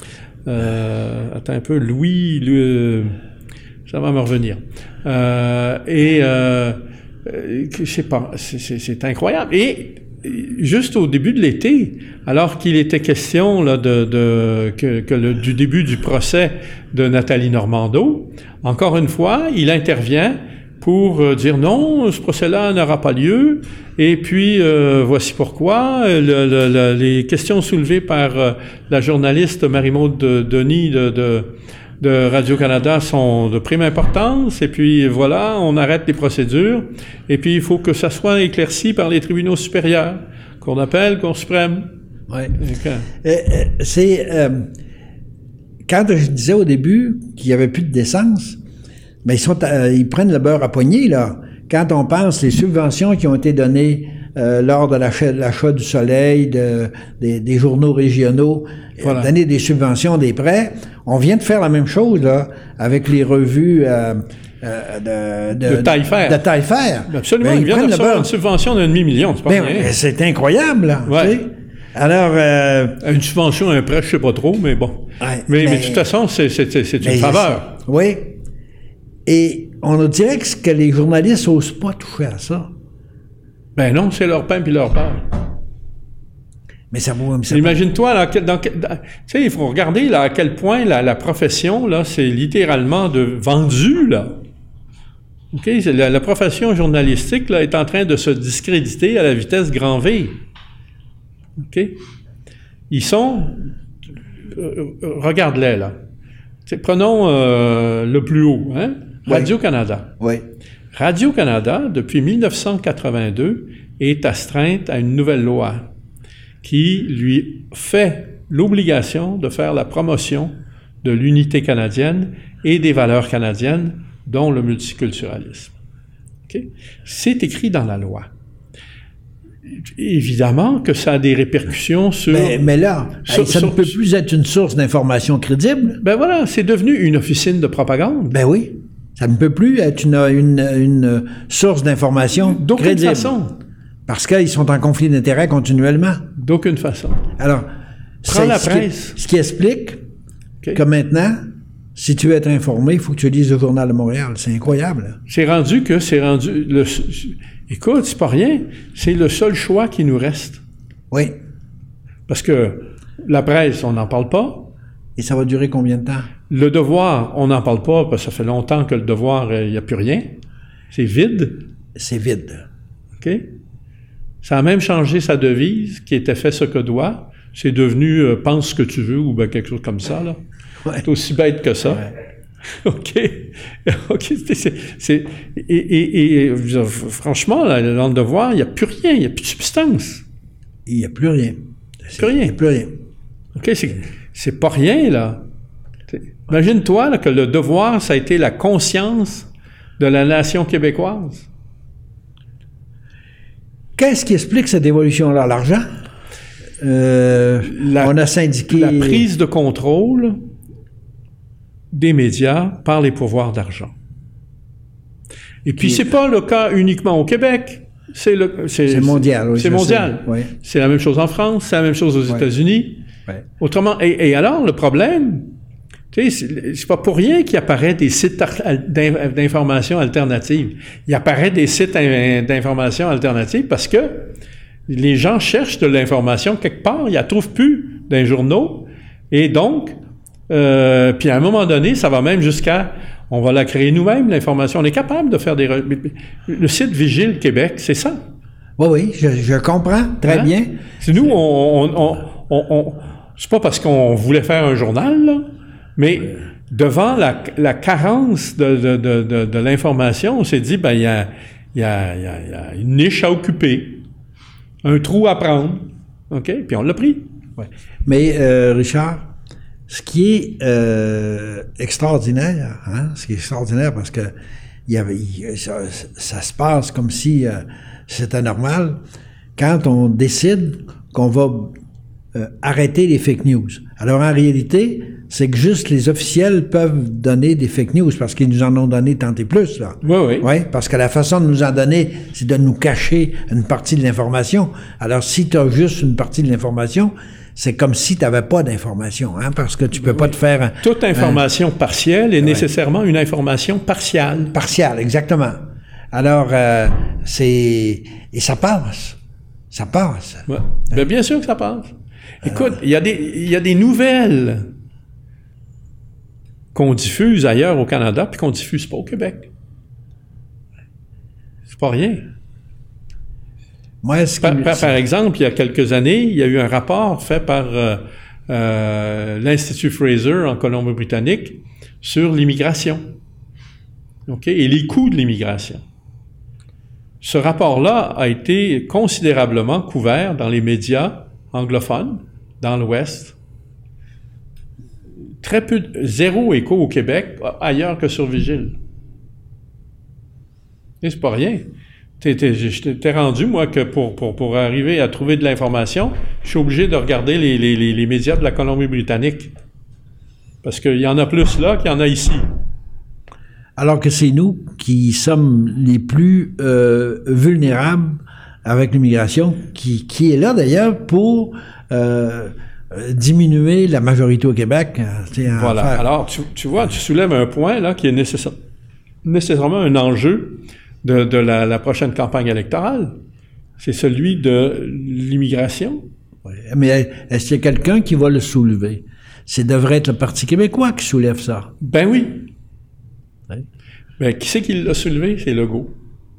Euh, attends un peu, Louis, le, ça va me revenir. Euh, et euh, je sais pas, c'est, c'est, c'est incroyable. Et juste au début de l'été, alors qu'il était question là de, de que, que le, du début du procès de Nathalie Normando, encore une fois, il intervient pour euh, dire non, ce procès-là n'aura pas lieu. Et puis, euh, voici pourquoi. Le, le, le, les questions soulevées par euh, la journaliste Marie-Maude de, Denis de, de, de Radio-Canada sont de prime importance. Et puis, voilà, on arrête les procédures. Et puis, il faut que ça soit éclairci par les tribunaux supérieurs. Cour d'appel, Cour suprême. Oui. Euh, c'est... Euh, quand je disais au début qu'il n'y avait plus de décence, mais ils, sont, euh, ils prennent le beurre à poignée, là. Quand on pense les subventions qui ont été données euh, lors de l'achat, l'achat du Soleil, de, des, des journaux régionaux, voilà. euh, donner des subventions, des prêts, on vient de faire la même chose, là, avec les revues euh, euh, de, de, de Taillefer. De Taillefer. Absolument, ben, ils, ils viennent de recevoir une subvention d'un demi-million, c'est pas ben, rien. C'est incroyable, là. Ouais. Tu sais? Alors... Euh, une subvention, un prêt, je sais pas trop, mais bon. Ouais, mais, mais, mais de toute façon, c'est, c'est, c'est, c'est une faveur. C'est, oui. Et on dirait que, que les journalistes n'osent pas toucher à ça. Ben non, c'est leur pain puis leur part. Mais ça vaut... Ça Imagine-toi, là, dans, dans, tu sais, il faut regarder là, à quel point la, la profession, là, c'est littéralement de vendu, là. OK? La, la profession journalistique, là, est en train de se discréditer à la vitesse grand V. OK? Ils sont... Euh, regarde-les, là. T'sais, prenons euh, le plus haut, hein? Radio-Canada. Oui. Radio-Canada, depuis mille neuf cent quatre-vingt-deux, est astreinte à une nouvelle loi qui lui fait l'obligation de faire la promotion de l'unité canadienne et des valeurs canadiennes, dont le multiculturalisme. Okay? C'est écrit dans la loi. Évidemment que ça a des répercussions sur... Mais, mais là, sur, ça sur, ne peut plus être une source d'information crédible. Ben voilà, c'est devenu une officine de propagande. Ben oui, ça ne peut plus être une, une, une source d'information D'aucune crédible. façon. Parce qu'ils sont en conflit d'intérêts continuellement. D'aucune façon. Alors, prends la ce presse. Qui, ce qui explique okay. que maintenant, si tu veux être informé, il faut que tu lises le Journal de Montréal. C'est incroyable. C'est rendu que c'est rendu... Le, écoute, c'est pas rien. C'est le seul choix qui nous reste. Oui. Parce que la presse, on n'en parle pas. Et ça va durer combien de temps? Le Devoir, on n'en parle pas parce que ça fait longtemps que le Devoir, il n'y a plus rien. C'est vide. C'est vide. OK? Ça a même changé sa devise, qui était « fait ce que doit ». C'est devenu euh, « pense ce que tu veux » ou ben, quelque chose comme ça, là. Ouais. C'est aussi bête que ça. Ouais. OK. OK. C'est, c'est, et, et, et franchement, là, dans le devoir, il n'y a plus rien, il n'y a plus de substance. Il n'y a plus rien. Plus rien. Il n'y a plus rien. OK, c'est, c'est pas rien, là. Imagine-toi là, que le devoir, ça a été la conscience de la nation québécoise. Qu'est-ce qui explique cette évolution-là? L'argent? Euh, la, on a syndiqué... La prise de contrôle des médias par les pouvoirs d'argent. Et puis, Qui... c'est pas le cas uniquement au Québec. C'est, le, c'est, c'est mondial. Oui, c'est mondial. Oui. C'est la même chose en France, c'est la même chose aux oui. États-Unis. Oui. Autrement, et, et alors, le problème, tu sais, c'est, c'est pas pour rien qu'il apparaît des sites d'information alternatives. Il apparaît des sites d'information alternatives parce que les gens cherchent de l'information quelque part, ils la trouvent plus dans les journaux, et donc, euh, puis à un moment donné, ça va même jusqu'à, on va la créer nous-mêmes, l'information. On est capable de faire des... Re... Le site Vigile Québec, c'est ça. Oui, oui, je, je comprends très hein? bien. C'est nous, on, on, on, on, on... C'est pas parce qu'on voulait faire un journal, là, mais oui. devant la, la carence de, de, de, de, de l'information, on s'est dit, ben, il y a, y, a, y, a, y a une niche à occuper, un trou à prendre, OK? Puis on l'a pris. Ouais. Mais, euh, Richard, ce qui est euh, extraordinaire, hein, ce qui est extraordinaire parce que il y avait, il, ça, ça se passe comme si euh, c'était normal, quand on décide qu'on va euh, arrêter les fake news. Alors en réalité, c'est que juste les officiels peuvent donner des fake news parce qu'ils nous en ont donné tant et plus, là. Oui, oui. Oui, parce que la façon de nous en donner, c'est de nous cacher une partie de l'information. Alors si tu as juste une partie de l'information, c'est comme si tu n'avais pas d'information, hein, parce que tu peux oui. pas te faire... Un, Toute information un, partielle est ouais. nécessairement une information partiale. Partielle, exactement. Alors, euh, c'est... Et ça passe. Ça passe. Ouais. Hein? Bien, bien sûr que ça passe. Écoute, il y a des, il y a des nouvelles qu'on diffuse ailleurs au Canada puis qu'on diffuse pas au Québec. C'est pas rien. Moi, ce par, par, par exemple, il y a quelques années, il y a eu un rapport fait par euh, euh, l'Institut Fraser en Colombie-Britannique sur l'immigration, OK, et les coûts de l'immigration. Ce rapport-là a été considérablement couvert dans les médias anglophones, dans l'Ouest. Très peu, zéro écho au Québec, ailleurs que sur Vigile. Et c'est pas rien. T'es, t'es, t'es rendu, moi, que pour, pour, pour arriver à trouver de l'information, je suis obligé de regarder les, les, les, les médias de la Colombie-Britannique. Parce qu'il y en a plus là qu'il y en a ici. Alors que c'est nous qui sommes les plus euh, vulnérables avec l'immigration, qui, qui est là d'ailleurs pour euh, diminuer la majorité au Québec. Voilà. Faire... Alors, tu, tu vois, tu soulèves un point là qui est nécessaire, nécessairement un enjeu de, de la, la prochaine campagne électorale. C'est celui de l'immigration. Oui. Mais est-ce qu'il y a quelqu'un qui va le soulever? C'est devrait être le Parti québécois qui soulève ça. Ben oui. oui. Ben, qui c'est qui l'a soulevé? C'est Legault.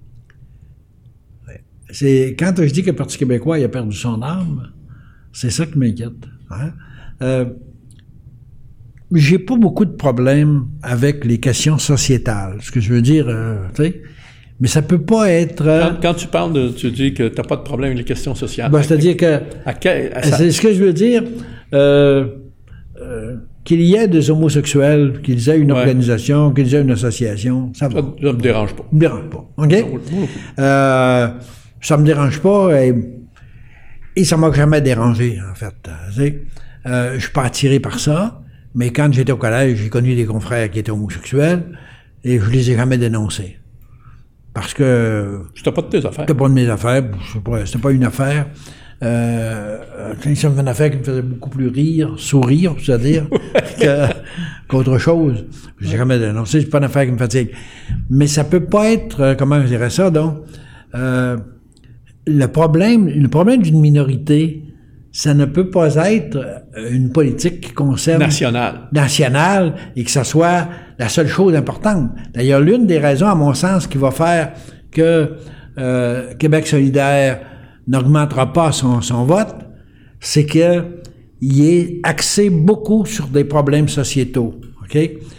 C'est, quand je dis que le Parti québécois il a perdu son âme, c'est ça qui m'inquiète. Hein? Euh, j'ai pas beaucoup de problèmes avec les questions sociétales. Ce que je veux dire, euh, tu sais, mais ça peut pas être... Euh, quand, quand tu parles de... Tu dis que t'as pas de problème avec les questions sociales. Ben, c'est-à-dire que... À quel, à ça... C'est ce que je veux dire. Euh, euh, qu'il y ait des homosexuels, qu'ils aient une ouais. organisation, qu'ils aient une association, ça va. Ça, ça me dérange pas. Ça me dérange pas. OK? Euh, ça me dérange pas et, et ça m'a jamais dérangé, en fait. Euh, je suis pas attiré par ça, mais quand j'étais au collège, j'ai connu des confrères qui étaient homosexuels et je les ai jamais dénoncés. Parce que... C'était pas de tes affaires. C'était pas de mes affaires. C'était pas une affaire. Euh, c'est une affaire qui me faisait beaucoup plus rire, sourire, c'est-à-dire, que, qu'autre chose. Je n'ai jamais dénoncé, c'est pas une affaire qui me fatigue. Mais ça peut pas être, comment je dirais ça, donc, euh, le problème, le problème d'une minorité, ça ne peut pas être une politique qui concerne... Nationale. Nationale, et que ça soit la seule chose importante. D'ailleurs, l'une des raisons, à mon sens, qui va faire que euh, Québec solidaire n'augmentera pas son, son vote, c'est qu'il est axé beaucoup sur des problèmes sociétaux. OK?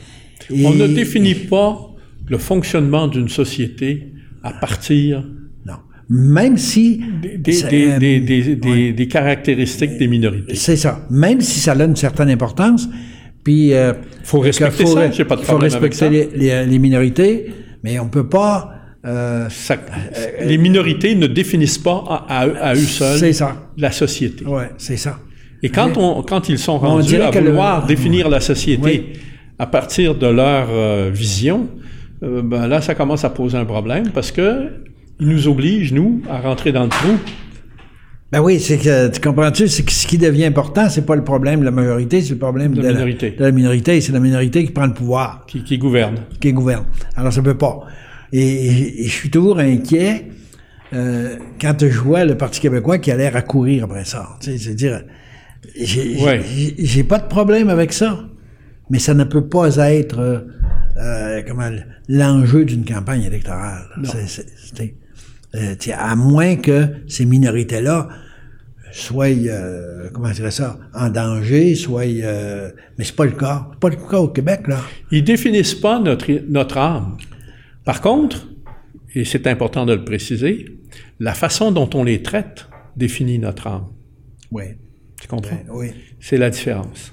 Et... On ne définit pas le fonctionnement d'une société à partir... Non. Même si... Des, des, des, euh, des, des, des, ouais. des caractéristiques des minorités. C'est ça. Même si ça a une certaine importance, puis... Il euh, faut respecter faut, ça, j'ai pas de problème faut respecter avec ça. Les, les, les minorités, mais on peut pas... Euh, ça, euh, les minorités ne définissent pas à, à, à eux seuls c'est ça. La société. Oui, c'est ça. Et quand, on, quand ils sont rendus à vouloir le... définir la société oui. à partir de leur euh, vision, euh, ben là, ça commence à poser un problème parce que ils nous obligent, nous, à rentrer dans le trou. Ben oui, c'est que, tu comprends-tu, c'est que ce qui devient important, c'est pas le problème de la majorité, c'est le problème de, de, minorité. La, de la minorité. C'est la minorité qui prend le pouvoir. Qui, qui gouverne. Qui gouverne. Alors, ça peut pas. Et, et, et je suis toujours inquiet euh, quand je vois le Parti québécois qui a l'air à courir après ça. Tu sais, c'est-à-dire, j'ai, ouais. j'ai, j'ai pas de problème avec ça, mais ça ne peut pas être euh, euh, comment, l'enjeu d'une campagne électorale. C'est, c'est, c'est, euh, à moins que ces minorités-là soient, euh, comment dirais ça, en danger, soient... Euh, mais c'est pas le cas. C'est pas le cas au Québec, là. Ils définissent pas notre, notre âme. Par contre, et c'est important de le préciser, la façon dont on les traite définit notre âme. Oui. Tu comprends? Ben, oui. C'est la différence.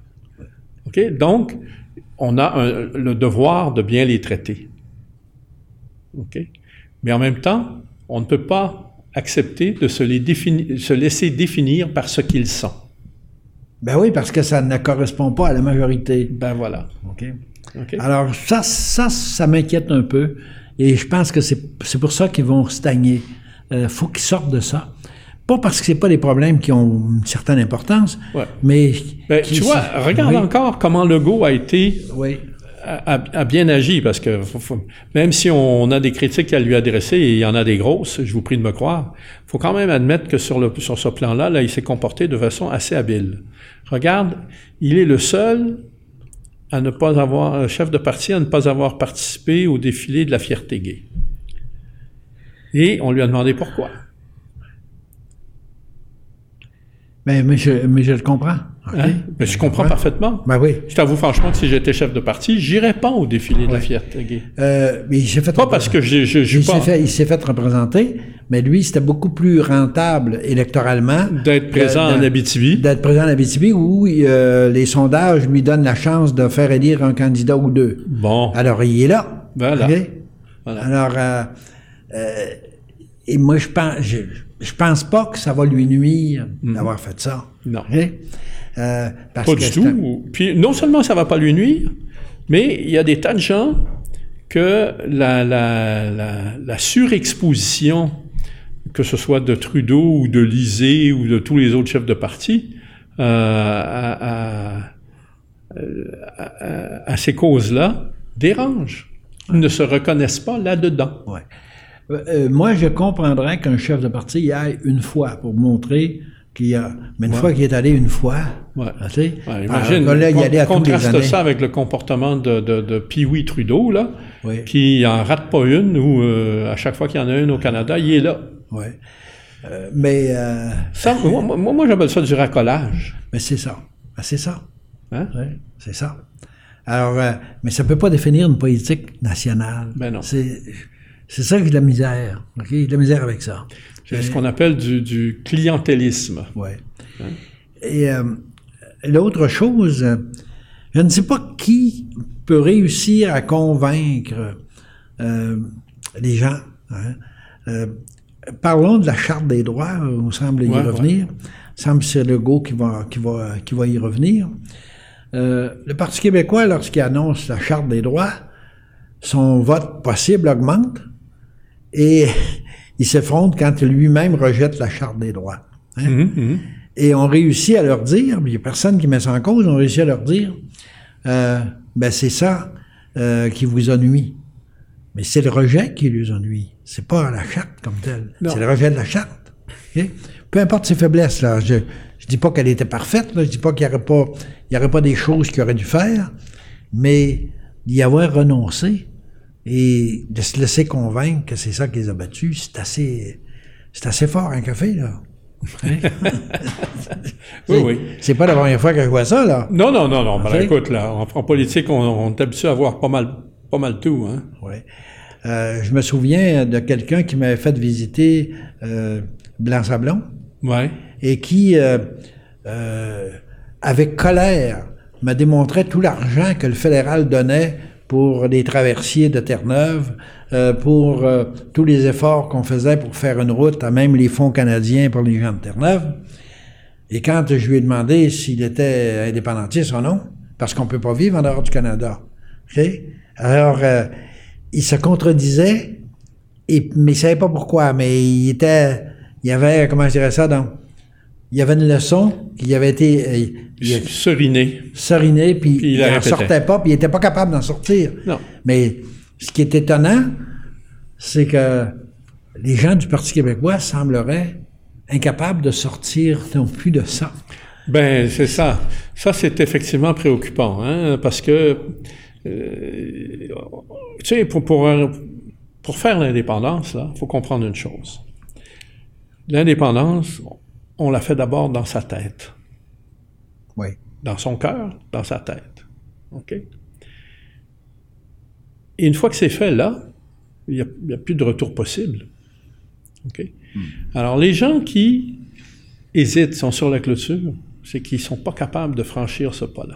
OK? Donc, on a un, le devoir de bien les traiter. OK? Mais en même temps, on ne peut pas accepter de se, les définir, se laisser définir par ce qu'ils sont. Ben oui, parce que ça ne correspond pas à la majorité. Ben voilà. OK. Okay. Alors, ça, ça, ça m'inquiète un peu. Et je pense que c'est, c'est pour ça qu'ils vont stagner. Il euh, faut qu'ils sortent de ça. Pas parce que c'est pas des problèmes qui ont une certaine importance, ouais. mais... Ben, qui, tu vois, regarde oui. encore comment Legault a été... Oui. A, a bien agi, parce que faut, faut, même si on a des critiques à lui adresser, et il y en a des grosses, je vous prie de me croire, il faut quand même admettre que sur, le, sur ce plan-là, là, il s'est comporté de façon assez habile. Regarde, il est le seul à ne pas avoir, chef de parti, à ne pas avoir participé au défilé de la fierté gay. Et on lui a demandé pourquoi. Mais, mais, je, mais je le comprends. Okay. Hein? Mais je, je comprends, comprends parfaitement. Ben oui. Je t'avoue franchement que si j'étais chef de parti, j'irais pas au défilé ouais. de la fierté gay. Euh, mais il s'est fait pas parce que je, je, je il pas... s'est fait, il s'est fait représenter, mais lui, c'était beaucoup plus rentable électoralement d'être présent de, en Abitibi. D'être présent en Abitibi où euh, les sondages lui donnent la chance de faire élire un candidat ou deux. Bon. Alors, il est là. Voilà. Okay? Voilà. Alors, euh, euh, et moi, je pense, je, je pense pas que ça va lui nuire mm-hmm. d'avoir fait ça. Non. Okay? Euh, parce pas que du tout. Un... Puis non seulement ça va pas lui nuire, mais il y a des tas de gens que la, la, la, la surexposition, que ce soit de Trudeau ou de Lisée ou de tous les autres chefs de parti, euh, à, à, à, à ces causes-là, dérange. Ils ne se reconnaissent pas là-dedans. Ouais. Euh, moi, je comprendrais qu'un chef de parti y aille une fois pour montrer qu'il y a... Mais une ouais. fois qu'il est allé une fois, ouais. tu sais... Ouais, imagine, alors, là, il y allait à contraste ça avec le comportement de, de, de Pee-wee Trudeau, là, oui. qui en rate pas une, ou euh, à chaque fois qu'il y en a une au Canada, il est là. Oui. Euh, mais... Euh... Ça, moi, moi, moi, j'appelle ça du racolage. Mais c'est ça. Ben, c'est ça. Hein? Oui, c'est ça. Alors, euh, mais ça peut pas définir une politique nationale. Ben non. C'est, c'est ça qui est de la misère. OK? Il y a de la misère avec ça. C'est ce qu'on appelle du, du clientélisme. Oui. Hein? Et euh, l'autre chose, je ne sais pas qui peut réussir à convaincre euh, les gens. Hein? Euh, parlons de la Charte des droits, on semble y ouais, revenir. Ouais. Il semble que c'est Legault qui va, qui va, qui va y revenir. Euh, le Parti québécois, lorsqu'il annonce la Charte des droits, son vote possible augmente et il s'effondre quand lui-même rejette la Charte des droits. Hein? Mm-hmm, mm-hmm. Et on réussit à leur dire, il n'y a personne qui met ça en cause, on réussit à leur dire, euh, ben c'est ça euh, qui vous ennuie. Mais c'est le rejet qui les ennuie. C'est pas la Charte comme telle. Non. C'est le rejet de la Charte. Okay? Peu importe ses faiblesses, là. Je, je dis pas qu'elle était parfaite, là. Je dis pas qu'il y aurait pas, il y aurait pas des choses qu'il aurait dû faire, mais d'y avoir renoncé et de se laisser convaincre que c'est ça qui les a battus, c'est assez, c'est assez fort, un café, là. Hein? Oui, oui. C'est pas la première fois que je vois ça, là. Non, non, non, non. Ben, Okay. là, écoute, là, en, en politique, on, on est habitué à voir pas mal, pas mal tout, hein. Oui. Euh, je me souviens de quelqu'un qui m'avait fait visiter euh, Blanc-Sablon Ouais. et qui, euh, euh, avec colère, me démontrait tout l'argent que le fédéral donnait pour les traversiers de Terre-Neuve, euh, pour euh, tous les efforts qu'on faisait pour faire une route, à même les fonds canadiens pour les gens de Terre-Neuve. Et quand je lui ai demandé s'il était indépendantiste ou non, parce qu'on peut pas vivre en dehors du Canada, okay? Alors, euh, il se contredisait, et, mais il savait pas pourquoi, mais il était, il y avait, comment je dirais ça, donc, il y avait une leçon qui avait été euh, il, Seriné. seriné, puis, Puis il il la n'en répétait. sortait pas, puis il était pas capable d'en sortir. Non. Mais ce qui est étonnant, c'est que les gens du Parti québécois sembleraient incapables de sortir non plus de ça. Ben, c'est ça. Ça, c'est effectivement préoccupant, hein, parce que, euh, tu sais, pour, pour, pour faire l'indépendance, là, il faut comprendre une chose. L'indépendance, on l'a fait d'abord dans sa tête. Oui. Dans son cœur, dans sa tête. OK? Et une fois que c'est fait, là, il n'y a, il y a plus de retour possible. OK? Mm. Alors, les gens qui hésitent, sont sur la clôture, c'est qu'ils ne sont pas capables de franchir ce pas-là.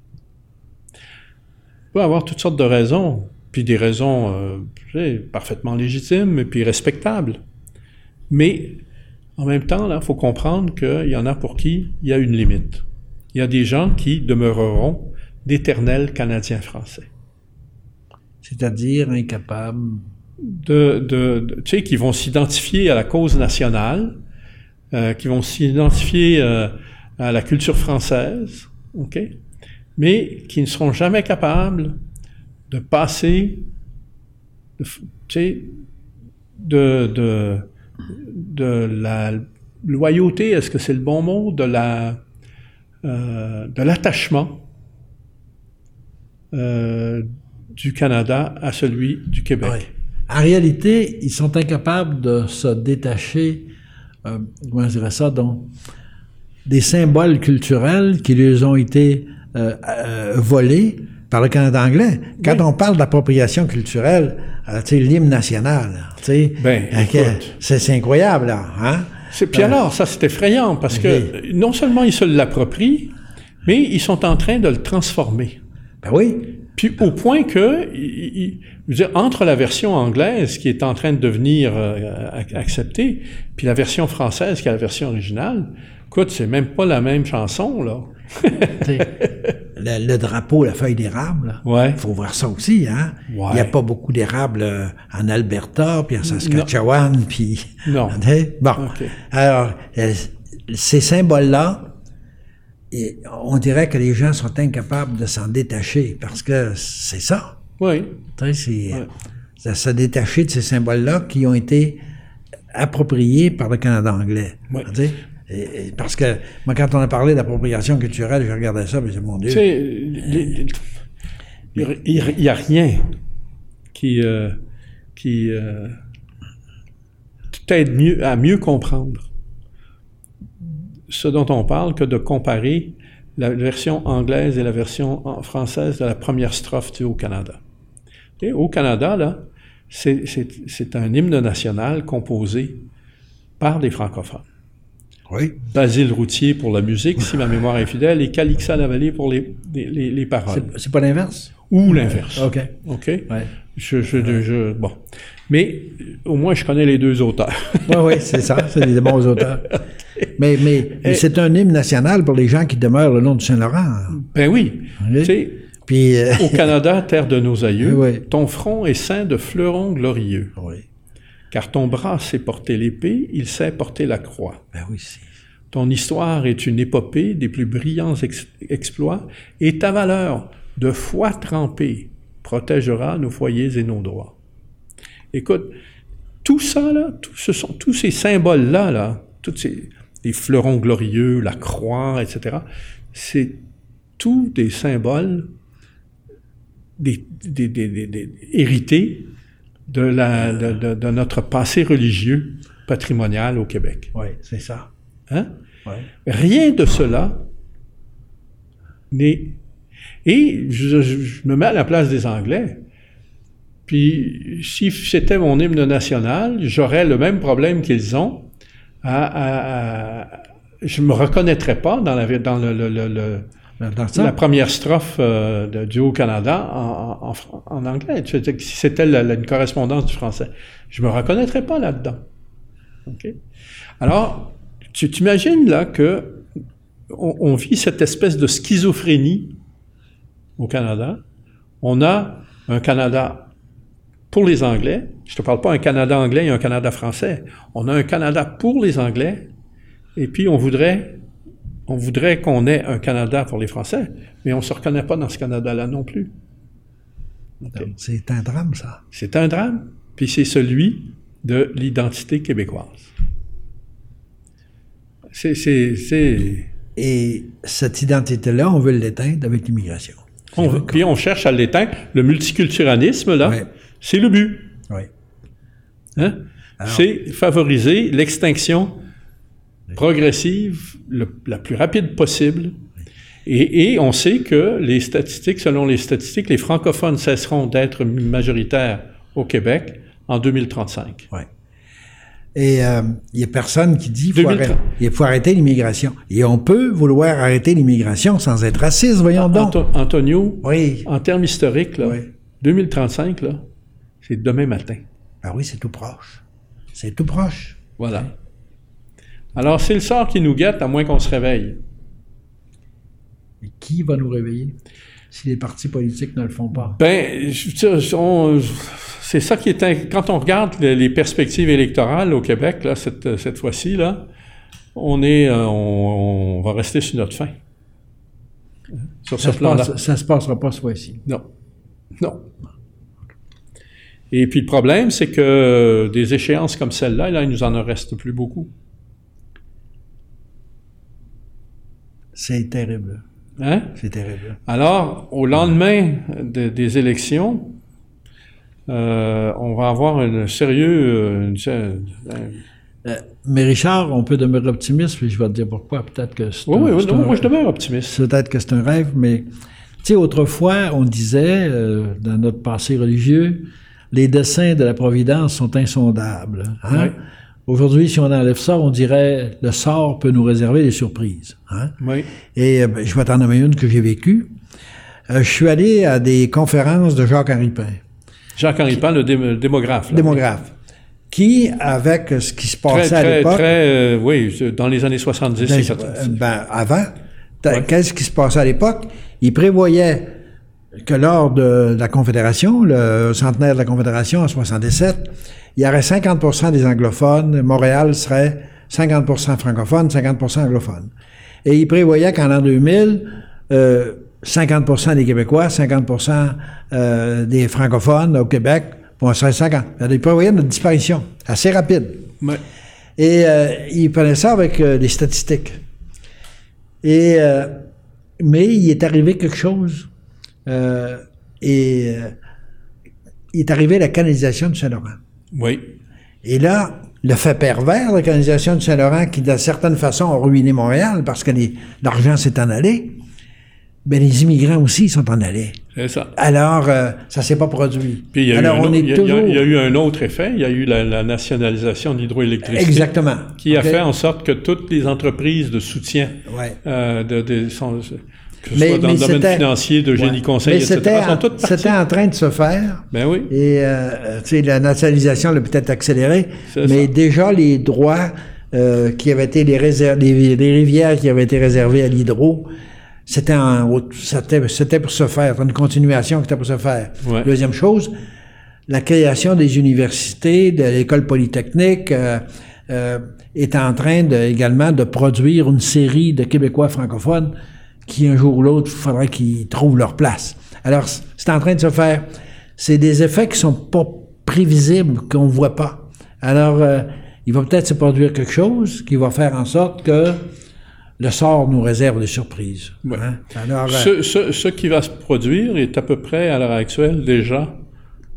Il peut y avoir toutes sortes de raisons, puis des raisons euh, tu sais, parfaitement légitimes et puis respectables. Mais en même temps, là, il faut comprendre qu'il y en a pour qui il y a une limite. Il y a des gens qui demeureront d'éternels Canadiens français. C'est-à-dire incapables... De, de, de, tu sais, qui vont s'identifier à la cause nationale, euh, qui vont s'identifier euh, à la culture française, OK? Mais qui ne seront jamais capables de passer, de, tu sais, de, de, de la loyauté, est-ce que c'est le bon mot, de la, euh, de l'attachement euh, du Canada à celui du Québec. Ouais. En réalité, ils sont incapables de se détacher, euh, comment je dirais ça, donc, des symboles culturels qui leur ont été euh, euh, volés par le Canada anglais. Quand oui. on parle d'appropriation culturelle, euh, tu sais, l'hymne national, tu sais, ben, euh, c'est, c'est incroyable, là, hein? C'est, puis euh, alors, ça, c'est effrayant, parce oui. que non seulement ils se l'approprient, mais ils sont en train de le transformer. Ben oui. Puis au point que, il, il, je veux dire, entre la version anglaise qui est en train de devenir euh, acceptée, puis la version française qui est la version originale, écoute, c'est même pas la même chanson, là. le, le drapeau, la feuille d'érable, il ouais. faut voir ça aussi, hein. Ouais. Il n'y a pas beaucoup d'érables en Alberta, puis en Saskatchewan, non. puis... Non. Bon, okay. Alors, euh, ces symboles-là, et on dirait que les gens sont incapables de s'en détacher, parce que c'est ça. Oui. Tu sais, c'est ouais. de se détacher de ces symboles-là qui ont été appropriés par le Canada anglais. Oui. Tu sais, et, et parce que, moi, quand on a parlé d'appropriation culturelle, je regardais ça, mais c'est mon Dieu. Tu sais, les, les, il n'y a rien qui, euh, qui euh, t'aide mieux, à mieux comprendre ce dont on parle que de comparer la version anglaise et la version française de la première strophe du Haut-Canada. Et au Canada, là, c'est, c'est, c'est un hymne national composé par des francophones. Oui. Basile Routier pour la musique, si ma mémoire est fidèle, et Calixa Lavallée pour les, les, les paroles. C'est, c'est pas l'inverse? Ou l'inverse. OK. OK? Ouais. Je, je, je, je, bon. Mais au moins, je connais les deux auteurs. Oui, oui, c'est ça. C'est des bons auteurs. Mais, mais, mais c'est un hymne national pour les gens qui demeurent le long du Saint-Laurent. Ben oui. oui. Tu sais, Puis, euh... au Canada, terre de nos aïeux, oui. ton front est ceint de fleurons glorieux. Oui. Car ton bras sait porter l'épée, il sait porter la croix. Ben oui, c'est... Ton histoire est une épopée des plus brillants ex- exploits, et ta valeur, de foi trempée, protégera nos foyers et nos droits. Écoute, tout ça, là, tout, ce sont, tous ces symboles-là, là, tous ces les fleurons glorieux, la croix, et cetera, c'est tous des symboles des, des, des, des, des, hérités de, la, de, de, de notre passé religieux patrimonial au Québec. Oui, c'est ça. Hein? Ouais. Rien de cela n'est... Et je, je, je me mets à la place des Anglais. Puis, si c'était mon hymne national, j'aurais le même problème qu'ils ont. À, à, à, je me reconnaîtrais pas dans la, dans le, le, le, le la première strophe euh, de, du Haut-Canada en, en, en anglais. Si c'était la, la, une correspondance du français, je me reconnaîtrais pas là-dedans. Okay? Alors, tu t'imagines là que on, on vit cette espèce de schizophrénie au Canada. On a un Canada pour les Anglais. Je te parle pas un Canada anglais et un Canada français. On a un Canada pour les Anglais, et puis on voudrait, on voudrait qu'on ait un Canada pour les Français, mais on se reconnaît pas dans ce Canada-là non plus. Okay. C'est un drame, ça. C'est un drame, puis c'est celui de l'identité québécoise. C'est, c'est, c'est... Et cette identité-là, on veut l'éteindre avec l'immigration. On veut, puis on cherche à l'éteindre. Le multiculturalisme, là, ouais. C'est le but. Oui. Hein? Alors, c'est favoriser l'extinction progressive le, la plus rapide possible. Et, et on sait que les statistiques, selon les statistiques, les francophones cesseront d'être majoritaires au Québec en deux mille trente-cinq. Oui. Et il euh, n'y a personne qui dit qu'il faut, arrêter, faut arrêter l'immigration. Et on peut vouloir arrêter l'immigration sans être raciste, voyons donc. Anto- Antonio, oui. En termes historiques, là, oui. deux mille trente-cinq, là, c'est demain matin. Ah oui, c'est tout proche. C'est tout proche. Voilà. Alors, c'est le sort qui nous guette, à moins qu'on se réveille. Mais qui va nous réveiller si les partis politiques ne le font pas? Ben, je, on, c'est ça qui est... Quand on regarde les perspectives électorales au Québec, là, cette, cette fois-ci, là, on est... On, on va rester sur notre faim. Sur ça ce plan-là. Ça ne se passera pas cette fois-ci. Non. Non. Et puis le problème, c'est que des échéances comme celle-là, là, il nous en reste plus beaucoup. C'est terrible. Hein? C'est terrible. Alors, au lendemain de, des élections, euh, on va avoir un sérieux... Une, un, euh, mais Richard, on peut demeurer optimiste, puis je vais te dire pourquoi. Peut-être que c'est oui, un, oui, c'est non, un, moi je demeure optimiste. Peut-être que c'est un rêve, mais... Tu sais, autrefois, on disait, euh, dans notre passé religieux, les desseins de la Providence sont insondables. Hein? Oui. Aujourd'hui, si on enlève ça, on dirait le sort peut nous réserver des surprises. Hein? Oui. Et euh, ben, je vais t'en nommer une que j'ai vécue. Euh, je suis allé à des conférences de Jacques-Henri Pain. Jacques-Henri Pain, le, dé- le démographe. Là, démographe. Qui, avec ce qui se passait très, à très, l'époque... Très, euh, oui, dans les années soixante-dix dans, et quatre-vingt-dix. Ben, avant, ouais. Qu'est-ce qui se passait à l'époque? Il prévoyait que lors de la Confédération, le centenaire de la Confédération en soixante-dix-sept, il y aurait cinquante pour cent des anglophones, Montréal serait cinquante pour cent francophone, cinquante pour cent anglophone. Et il prévoyait qu'en l'an deux mille, euh, cinquante pour cent des Québécois, cinquante pour cent euh, des francophones au Québec, bon, ça serait cinquante. Il prévoyait une disparition assez rapide. Ouais. Et euh, il prenait ça avec euh, des statistiques. Et, euh, mais il est arrivé quelque chose. Euh, et euh, il est arrivé la canalisation du Saint-Laurent. Oui. Et là, le fait pervers de la canalisation du Saint-Laurent, qui d'une certaine façon a ruiné Montréal parce que les, l'argent s'est en allé, ben les immigrants aussi sont en allés. C'est ça. Alors, euh, ça s'est pas produit. Puis il y a Alors, eu un, on est il y a, toujours... il y a eu un autre effet, il y a eu la, la nationalisation de l'hydroélectricité. Exactement. Qui okay. a fait en sorte que toutes les entreprises de soutien, ouais. euh, de, de, sont, que ce mais, soit dans mais le domaine financier, de génie ouais. conseil, mais et cetera, en, sont toutes parties. C'était en train de se faire. Ben oui. Et, euh, tu sais, la nationalisation l'a peut-être accéléré, C'est mais ça. déjà, les droits euh, qui avaient été, les, réser- les, les rivières qui avaient été réservées à l'hydro, c'était, en, c'était, c'était pour se faire, c'était une continuation qui était pour se faire. Ouais. Deuxième chose, la création des universités, de l'école polytechnique, euh, euh, est en train de, également de produire une série de Québécois francophones qui, un jour ou l'autre, il faudrait qu'ils trouvent leur place. Alors, c'est en train de se faire. C'est des effets qui sont pas prévisibles, qu'on voit pas. Alors, euh, il va peut-être se produire quelque chose qui va faire en sorte que le sort nous réserve des surprises. Ouais. Hein? Alors, ce, euh, ce, ce qui va se produire est à peu près, à l'heure actuelle, déjà,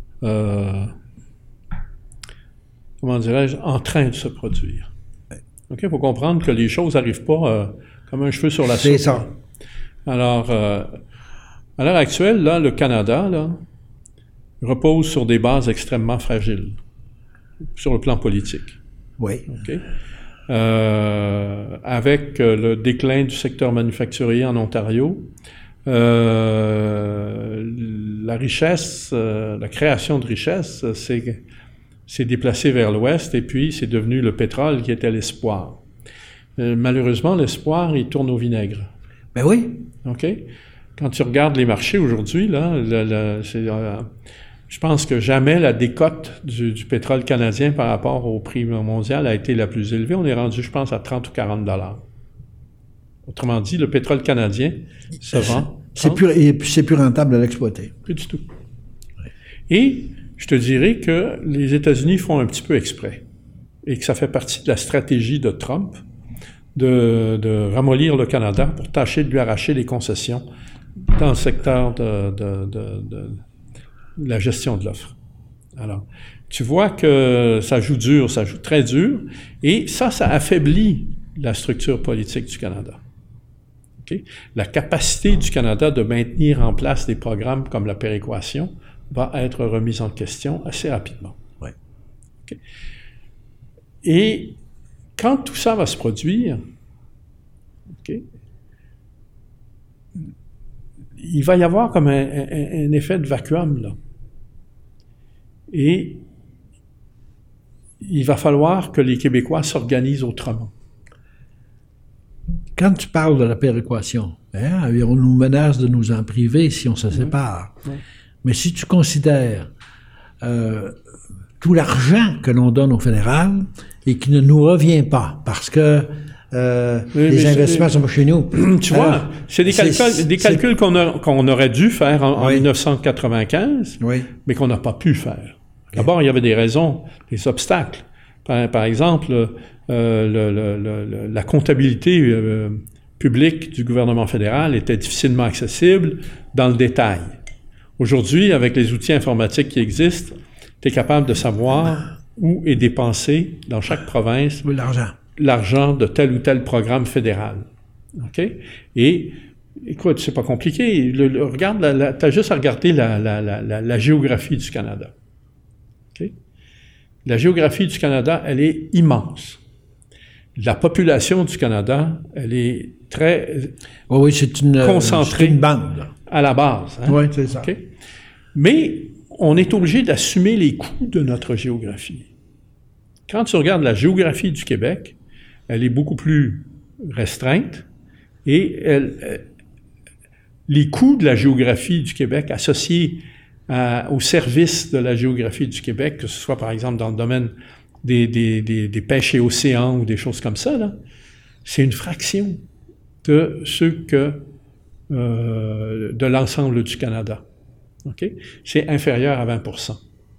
euh, comment dirais-je, en train de se produire. OK? Il faut comprendre que les choses n'arrivent pas euh, comme un cheveu sur la soupe. C'est ça. Alors, euh, à l'heure actuelle, là, le Canada, là, repose sur des bases extrêmement fragiles, sur le plan politique. Oui. OK? Euh, avec euh, le déclin du secteur manufacturier en Ontario, euh, la richesse, euh, la création de richesse, c'est, c'est déplacé vers l'ouest et puis c'est devenu le pétrole qui était l'espoir. Euh, malheureusement, l'espoir, il tourne au vinaigre. Ben oui. OK? Quand tu regardes les marchés aujourd'hui, là, le, le, c'est, euh, je pense que jamais la décote du, du pétrole canadien par rapport au prix mondial a été la plus élevée. On est rendu, je pense, à trente ou quarante dollars. Autrement dit, le pétrole canadien se vend. C'est plus, et c'est plus rentable à l'exploiter. Plus du tout. Et je te dirais que les États-Unis font un petit peu exprès et que ça fait partie de la stratégie de Trump de, de ramollir le Canada pour tâcher de lui arracher les concessions dans le secteur de, de, de, de la gestion de l'offre. Alors, tu vois que ça joue dur, ça joue très dur, et ça, ça affaiblit la structure politique du Canada. Okay? La capacité du Canada de maintenir en place des programmes comme la péréquation va être remise en question assez rapidement. Ouais. Okay? Et quand tout ça va se produire, okay, il va y avoir comme un, un, un effet de vacuum, là. Et il va falloir que les Québécois s'organisent autrement. Quand tu parles de la péréquation, hein, on nous menace de nous en priver si on se sépare. Oui. Oui. Mais si tu considères euh, tout l'argent que l'on donne au fédéral et qui ne nous revient pas parce que euh, oui, les investissements sont pas chez nous. Tu vois, alors, c'est des calculs, c'est, des calculs qu'on, a, qu'on aurait dû faire en, oui. en dix-neuf cent quatre-vingt-quinze, oui. mais qu'on n'a pas pu faire. Okay. D'abord, il y avait des raisons, des obstacles. Par, par exemple, euh, le, le, le, la comptabilité euh, publique du gouvernement fédéral était difficilement accessible dans le détail. Aujourd'hui, avec les outils informatiques qui existent, tu es capable de savoir où est dépensé dans chaque province l'argent. l'argent de tel ou tel programme fédéral. OK? Et, écoute, c'est pas compliqué. Le, le, regarde, tu as juste à regarder la, la, la, la, la géographie du Canada. OK? La géographie du Canada, elle est immense. La population du Canada, elle est très oh oui, c'est une, concentrée c'est une bande. À la base. Hein? Oui, c'est ça. Okay? Mais on est obligé d'assumer les coûts de notre géographie. Quand tu regardes la géographie du Québec, elle est beaucoup plus restreinte et elle, elle, les coûts de la géographie du Québec associés à, au service de la géographie du Québec, que ce soit par exemple dans le domaine des, des, des, des pêches et océans ou des choses comme ça, là, c'est une fraction de ce que euh, de l'ensemble du Canada. Okay? C'est inférieur à vingt pour cent.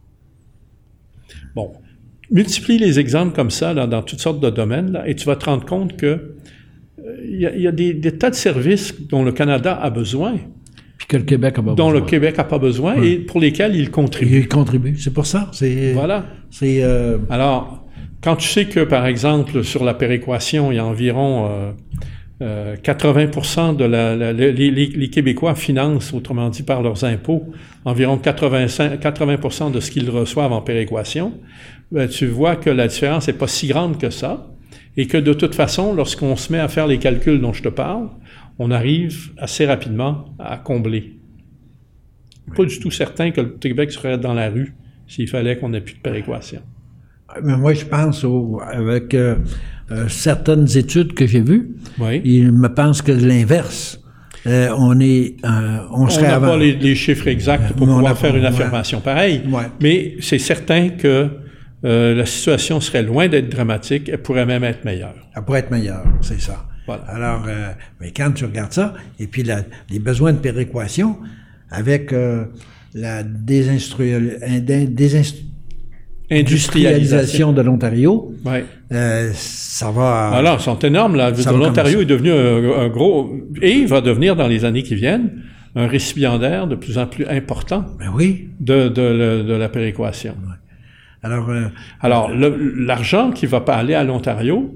Bon. Multiplie les exemples comme ça là, dans toutes sortes de domaines là, et tu vas te rendre compte que il euh, y, y a des, des tas de services dont le Canada a besoin. Puis que le Québec a pas dont besoin. le Québec n'a pas besoin oui. et pour lesquels il contribue. Il contribue, c'est pour ça. C'est, voilà. C'est, euh... Alors, quand tu sais que, par exemple, sur la péréquation, il y a environ euh, euh, quatre-vingts pour cent de la... la les, les, les Québécois financent, autrement dit par leurs impôts, environ quatre-vingts, quatre-vingts pour cent de ce qu'ils reçoivent en péréquation, ben, tu vois que la différence n'est pas si grande que ça, et que de toute façon, lorsqu'on se met à faire les calculs dont je te parle, on arrive assez rapidement à combler. Oui. Pas du tout certain que le Québec serait dans la rue s'il fallait qu'on ait plus de péréquation. Mais moi, je pense, au, avec euh, euh, certaines études que j'ai vues, oui. il me pense que l'inverse. Euh, on est, euh, on serait on avant. n'a pas les, les chiffres exacts pour pouvoir faire une affirmation ouais. pareille, ouais. mais c'est certain que euh, la situation serait loin d'être dramatique, elle pourrait même être meilleure. Elle pourrait être meilleure, c'est ça. Voilà. Alors, euh, mais quand tu regardes ça, et puis la, les besoins de péréquation, avec euh, la désinstru... désinstru... industrialisation de l'Ontario, ouais. euh, ça va... Alors, ils sont énormes, là. L'Ontario est devenu un, un gros... Et il va devenir, dans les années qui viennent, un récipiendaire de plus en plus important ben oui. de, de, de, de la péréquation. Ouais. Alors, euh, Alors le, l'argent qui va pas aller à l'Ontario,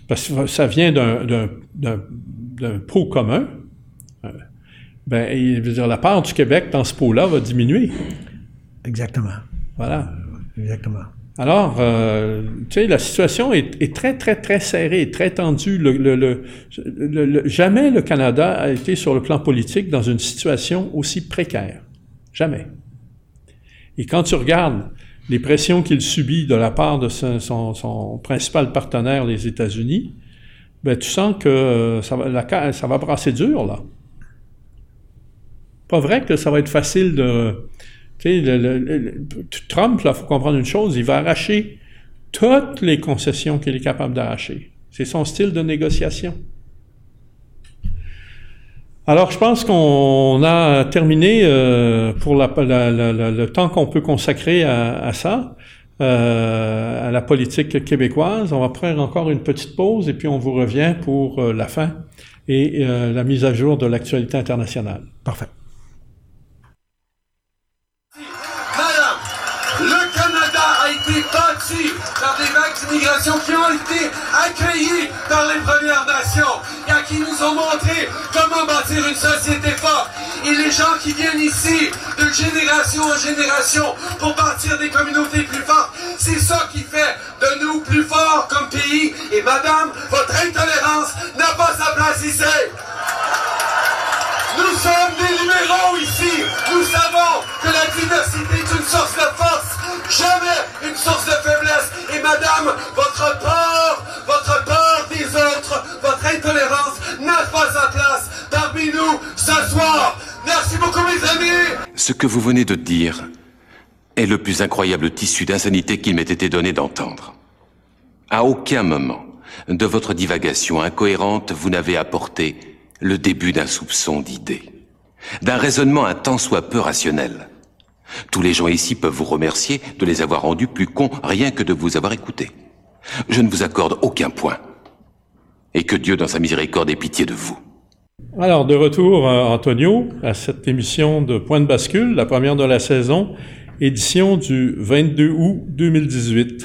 parce que ça vient d'un, d'un, d'un, d'un pot commun, euh, ben, il veut dire, la part du Québec dans ce pot-là va diminuer. Exactement. Voilà. Exactement. Alors, euh, tu sais, la situation est, est très, très, très serrée, très tendue. Le, le, le, le, le, jamais le Canada a été, sur le plan politique, dans une situation aussi précaire. Jamais. Et quand tu regardes les pressions qu'il subit de la part de son, son, son principal partenaire, les États-Unis, ben, tu sens que ça va, la, ça va brasser dur, là. Pas vrai que ça va être facile de... Tu sais, le, le, le, Trump, là, il faut comprendre une chose, il va arracher toutes les concessions qu'il est capable d'arracher. C'est son style de négociation. Alors, je pense qu'on a terminé euh, pour la, la, la, la, le temps qu'on peut consacrer à, à ça, euh, à la politique québécoise. On va prendre encore une petite pause et puis on vous revient pour euh, la fin et euh, la mise à jour de l'actualité internationale. Parfait. Bâti par des vagues d'immigration qui ont été accueillies par les Premières Nations et à qui nous ont montré comment bâtir une société forte. Et les gens qui viennent ici de génération en génération pour bâtir des communautés plus fortes, c'est ça qui fait de nous plus forts comme pays. Et madame, votre intolérance n'a pas sa place ici. Nous sommes des libéraux ici. Nous savons que la diversité est une source de force, jamais une source de faiblesse. Et madame, votre peur, votre peur des autres, votre intolérance n'a pas sa place parmi nous ce soir. Merci beaucoup mes amis. Ce que vous venez de dire est le plus incroyable tissu d'insanité qu'il m'ait été donné d'entendre. À aucun moment de votre divagation incohérente, vous n'avez apporté le début d'un soupçon d'idée, d'un raisonnement un tant soit peu rationnel. Tous les gens ici peuvent vous remercier de les avoir rendus plus cons rien que de vous avoir écoutés. Je ne vous accorde aucun point. Et que Dieu, dans sa miséricorde, ait pitié de vous. Alors, de retour, euh, Antonio, à cette émission de Point de bascule, la première de la saison, édition du vingt-deux août deux mille dix-huit,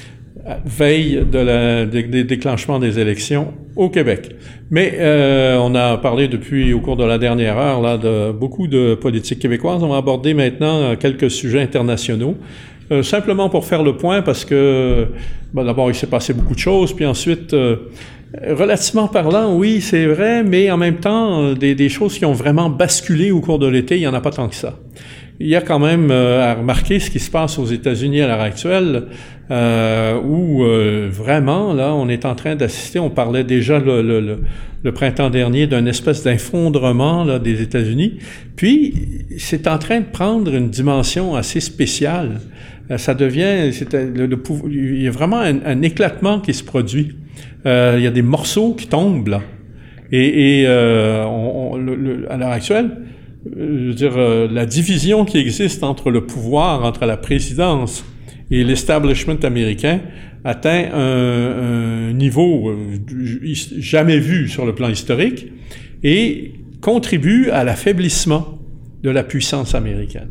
veille de la, des, des déclenchements des élections au Québec. Mais euh, on a parlé depuis, au cours de la dernière heure, là, de beaucoup de politique québécoise. On va aborder maintenant quelques sujets internationaux. Euh, simplement pour faire le point, parce que, bon, d'abord, il s'est passé beaucoup de choses, puis ensuite, euh, relativement parlant, oui, c'est vrai, mais en même temps, des, des choses qui ont vraiment basculé au cours de l'été, il n'y en a pas tant que ça. Il y a quand même euh, à remarquer ce qui se passe aux États-Unis à l'heure actuelle, euh, où euh, vraiment, là, on est en train d'assister, on parlait déjà le, le, le, le printemps dernier d'un espèce d'effondrement là, des États-Unis, puis c'est en train de prendre une dimension assez spéciale. Euh, ça devient, c'est, le, le, il y a vraiment un, un éclatement qui se produit. Euh, il y a des morceaux qui tombent, là. Et, et euh, on, on, le, le, à l'heure actuelle, je veux dire, euh, la division qui existe entre le pouvoir, entre la présidence et l'establishment américain atteint un, un niveau euh, jamais vu sur le plan historique et contribue à l'affaiblissement de la puissance américaine.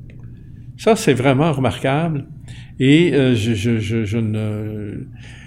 Ça, c'est vraiment remarquable et euh, je, je, je, je ne...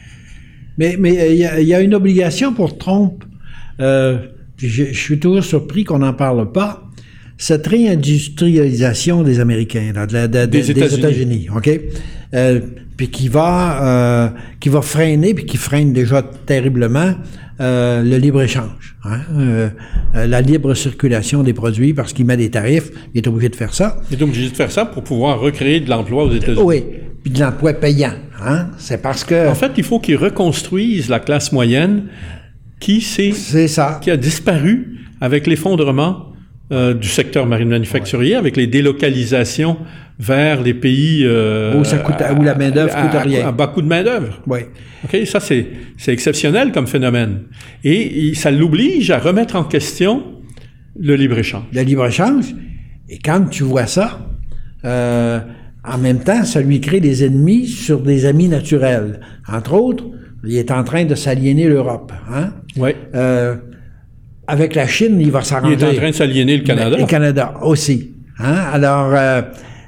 Mais mais il y, y a une obligation pour Trump. Euh, je, je suis toujours surpris qu'on n'en parle pas. Cette réindustrialisation des Américains, là, de la, de, des, des États-Unis, États-Unis, ok, euh, puis qui va, euh, qui va freiner, puis qui freine déjà terriblement euh, le libre échange, hein, euh, euh, la libre circulation des produits, parce qu'il met des tarifs, il est obligé de faire ça. Il est obligé de faire ça pour pouvoir recréer de l'emploi aux États-Unis. Oui, puis de l'emploi payant, hein. C'est parce que. En fait, il faut qu'il reconstruise la classe moyenne qui s'est, c'est ça, qui a disparu avec l'effondrement Euh, du secteur manufacturier, ouais, avec les délocalisations vers les pays euh, où ça coûte, à, où la main d'œuvre coûte à, rien, à bas coût de main d'œuvre. Oui. Ok, ça c'est c'est exceptionnel comme phénomène, et, et ça l'oblige à remettre en question le libre échange. Le libre échange, et quand tu vois ça, euh, en même temps, ça lui crée des ennemis sur des amis naturels. Entre autres, il est en train de s'aliéner l'Europe, hein. Oui. Euh, Avec la Chine, il va s'arranger. Il est en train de s'aliéner le Canada. Le Canada aussi. Hein? Alors, euh,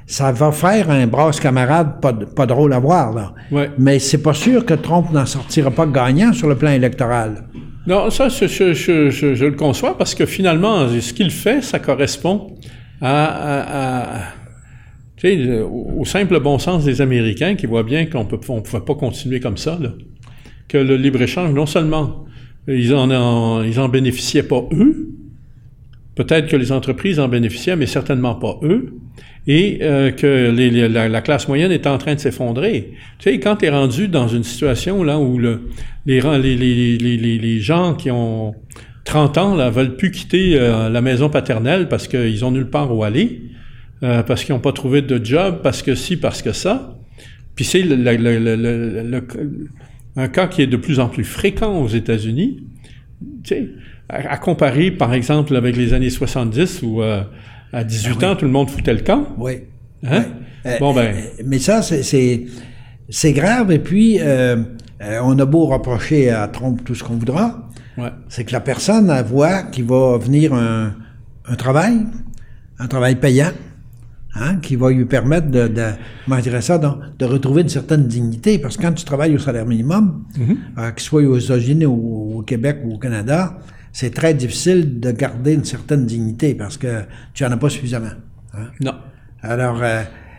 ça va faire un brasse camarade pas, pas drôle à voir, là. Ouais. Mais c'est pas sûr que Trump n'en sortira pas gagnant sur le plan électoral. Non, ça, je, je, je, je, je le conçois parce que finalement, ce qu'il fait, ça correspond à, à, à tu sais, au, au simple bon sens des Américains qui voient bien qu'on peut, on pouvait pas continuer comme ça, là. Que le libre-échange, non seulement ils en, en, ils en bénéficiaient pas eux, peut-être que les entreprises en bénéficiaient, mais certainement pas eux, et euh, que les, les, la, la classe moyenne est en train de s'effondrer. Tu sais, quand tu es rendu dans une situation là où le, les, les, les, les, les, les gens qui ont trente ans là veulent plus quitter euh, la maison paternelle parce qu'ils ont nulle part où aller, euh, parce qu'ils n'ont pas trouvé de job, parce que ci, parce que ça, puis c'est le, le, le, le, le, le, un cas qui est de plus en plus fréquent aux États-Unis, tu sais, à, à comparer, par exemple, avec les années soixante-dix où euh, à dix-huit ah, ans, oui. tout le monde foutait le camp. Oui. Hein? Oui. Bon, euh, ben. Euh, mais ça, c'est, c'est, c'est grave. Et puis, euh, euh, on a beau reprocher à Trump tout ce qu'on voudra, ouais. c'est que la personne, elle voit qu'il va venir un, un travail, un travail payant, hein, qui va lui permettre de, de, comment dirais ça, de, de retrouver une certaine dignité. Parce que quand tu travailles au salaire minimum, mm-hmm. euh, qu'il soit aux États-Unis ou au Québec ou au Canada, c'est très difficile de garder une certaine dignité parce que tu n'en as pas suffisamment. Hein? Non. Alors, euh,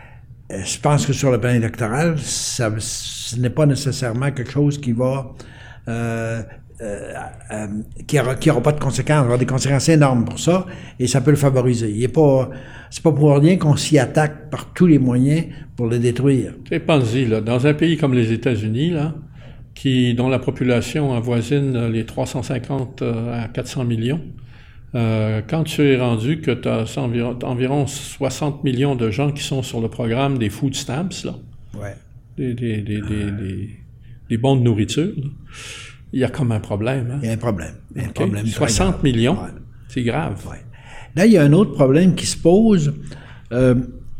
je pense que sur le plan électoral, ça, ce n'est pas nécessairement quelque chose qui va... Euh, euh, euh, qui n'aura qui aura pas de conséquences, il aura des conséquences énormes pour ça, et ça peut le favoriser. Il est pas, c'est pas pour rien qu'on s'y attaque par tous les moyens pour le détruire. Et pensez-y, là, dans un pays comme les États-Unis, là, qui, dont la population avoisine les trois cent cinquante à quatre cents millions, euh, quand tu es rendu que tu as environ, environ soixante millions de gens qui sont sur le programme des food stamps, là, ouais. des, des, des, des, des, des bons de nourriture, là, il y a comme un problème. Hein? Il y a un problème. Il y a un okay. problème soixante millions, ouais. c'est grave. Ouais. Là, il y a un autre problème qui se pose. Euh,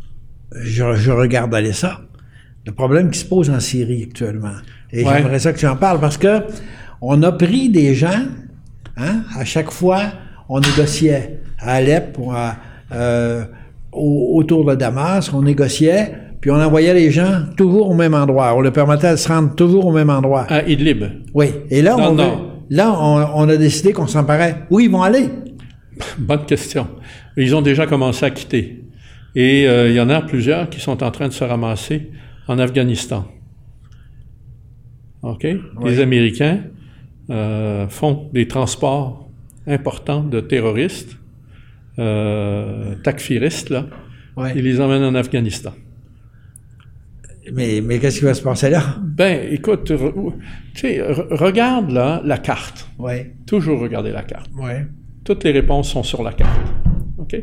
je, je regarde aller ça. Le problème qui se pose en Syrie actuellement. Et ouais. j'aimerais ça que tu en parles parce que on a pris des gens, hein, à chaque fois, on négociait à Alep, ou à, euh, autour de Damas, on négociait, puis on envoyait les gens toujours au même endroit. On leur permettait de se rendre toujours au même endroit. À Idlib. Oui. Et là, Dans on, le veut, là on, on a décidé qu'on s'emparait. Où ils vont aller? Bonne question. Ils ont déjà commencé à quitter. Et euh, il y en a plusieurs qui sont en train de se ramasser en Afghanistan. OK? Oui. Les Américains euh, font des transports importants de terroristes, euh, takfiristes, là. Oui. Ils les emmènent en Afghanistan. Mais, mais qu'est-ce qui va se passer là? Ben, écoute, re, tu sais, re, regarde là la carte. Oui. Toujours regarder la carte. Oui. Toutes les réponses sont sur la carte. OK?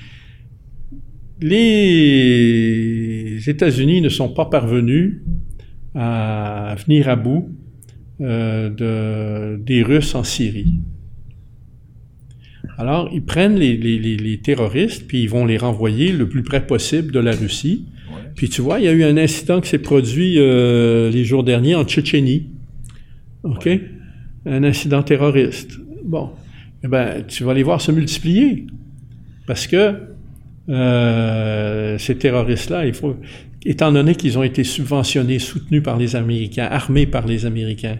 Les États-Unis ne sont pas parvenus à venir à bout euh, de, des Russes en Syrie. Alors, ils prennent les, les, les, les terroristes, puis ils vont les renvoyer le plus près possible de la Russie. Ouais. Puis tu vois, il y a eu un incident qui s'est produit euh, les jours derniers en Tchétchénie. OK? Ouais. Un incident terroriste. Bon. Eh bien, tu vas les voir se multiplier. Parce que euh, ces terroristes-là, il faut, étant donné qu'ils ont été subventionnés, soutenus par les Américains, armés par les Américains,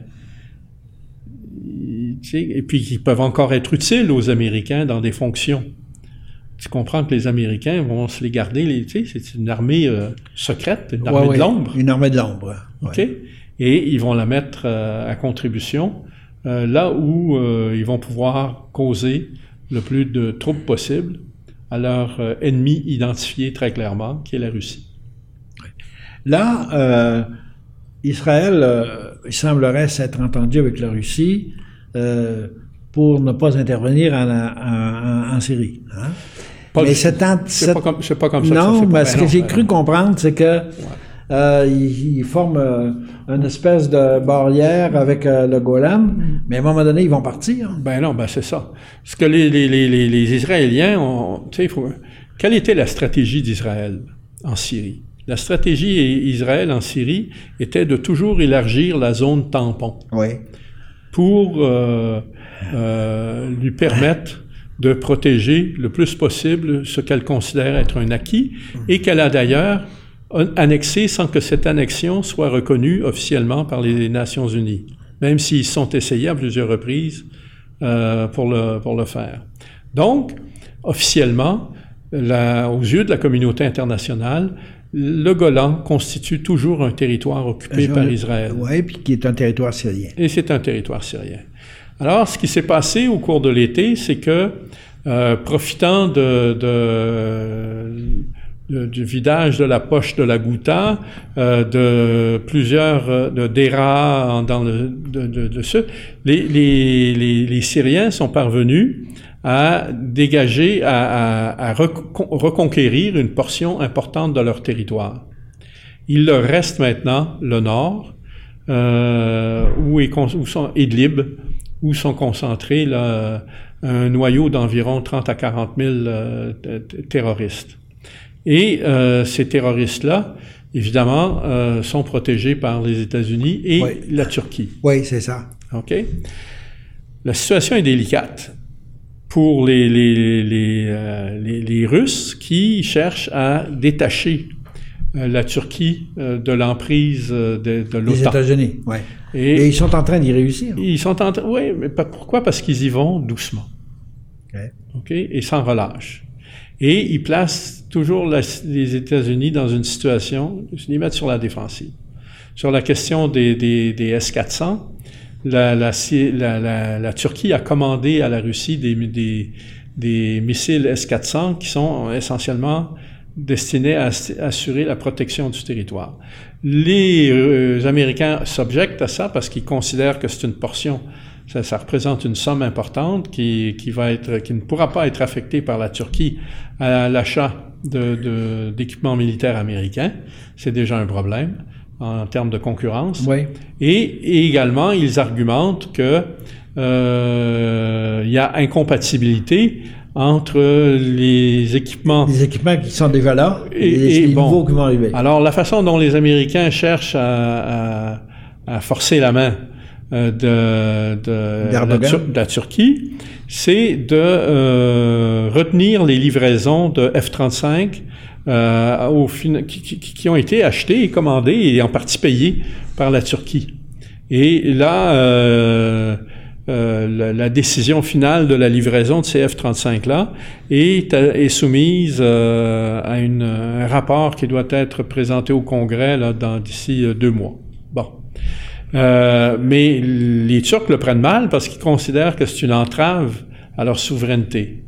et puis qu'ils peuvent encore être utiles aux Américains dans des fonctions. Tu comprends que les Américains vont se les garder, les, tu sais, c'est une armée euh, secrète, une armée ouais, de l'ombre. Une armée de l'ombre, ouais. OK? Et ils vont la mettre euh, à contribution euh, là où euh, ils vont pouvoir causer le plus de troubles possible à leur euh, ennemi identifié très clairement, qui est la Russie. Là, euh, Israël, euh, il semblerait s'être entendu avec la Russie euh, pour ne pas intervenir en, en, en, en Syrie. Hein? Pas mais du, c'est, en, c'est, pas comme, c'est pas comme ça non, que ça s'est mais pas. ce Ben que j'ai ben cru non. comprendre, c'est que ouais. euh, ils, ils forment euh, une espèce de barrière avec euh, le Golan, mm. mais à un moment donné, ils vont partir. Ben non, ben c'est ça. Ce que les, les, les, les, les Israéliens ont... Tu sais, il faut... Quelle était la stratégie d'Israël en Syrie? La stratégie d'Israël en Syrie était de toujours élargir la zone tampon. Oui. Pour euh, euh, lui permettre de protéger le plus possible ce qu'elle considère être un acquis et qu'elle a d'ailleurs annexé sans que cette annexion soit reconnue officiellement par les Nations unies, même s'ils sont essayés à plusieurs reprises euh, pour, le, pour le faire. Donc, officiellement, la, aux yeux de la communauté internationale, le Golan constitue toujours un territoire occupé par Israël. Oui, puis qui est un territoire syrien. Et c'est un territoire syrien. Alors, ce qui s'est passé au cours de l'été, c'est que, euh, profitant de, de, de, du vidage de la poche de la Ghouta, euh, de plusieurs de Dera dans le de, de, de ce, les, les, les, les Syriens sont parvenus à dégager, à, à, à reconquérir une portion importante de leur territoire. Il leur reste maintenant le nord, euh, où, est, où sont Idlib, où sont concentrés là, un noyau d'environ trente à quarante mille euh, terroristes. Et euh, ces terroristes-là, évidemment, euh, sont protégés par les États-Unis et oui. la Turquie. Oui, c'est ça. OK? La situation est délicate pour les, les, les, euh, les, les Russes qui cherchent à détacher euh, la Turquie euh, de l'emprise de, de l'OTAN. Les États-Unis, oui. Et, et ils sont en train d'y réussir. Ils sont en train, oui, mais pourquoi? Parce qu'ils y vont doucement. Okay. OK? Et sans relâche. Et ils placent toujours la, les États-Unis dans une situation, ils les mettent sur la défensive. Sur la question des, des, des S quatre cents, la, la, la, la, la Turquie a commandé à la Russie des, des, des missiles S quatre cents qui sont essentiellement destinés à assurer la protection du territoire. Les euh, Américains s'objectent à ça parce qu'ils considèrent que c'est une portion, ça, ça représente une somme importante qui, qui, va être, qui ne pourra pas être affectée par la Turquie à l'achat de, de, d'équipements militaires américains. C'est déjà un problème en termes de concurrence. Oui. Et, et également, ils argumentent que euh, il y a incompatibilité entre les équipements... Les équipements qui sont déjà là et, et, et les bon, nouveaux qui vont arriver. Alors, la façon dont les Américains cherchent à, à, à forcer la main euh, de, de, la, Tur- de la Turquie, c'est de euh, retenir les livraisons de F trente-cinq euh, au fin- qui, qui, qui ont été achetées et commandées et en partie payées par la Turquie. Et là... Euh, Euh, la, la décision finale de la livraison de ces F trente-cinq-là est, est soumise euh, à une, un rapport qui doit être présenté au Congrès là, dans, d'ici euh, deux mois. Bon. Euh, mais les Turcs le prennent mal parce qu'ils considèrent que c'est une entrave à leur souveraineté.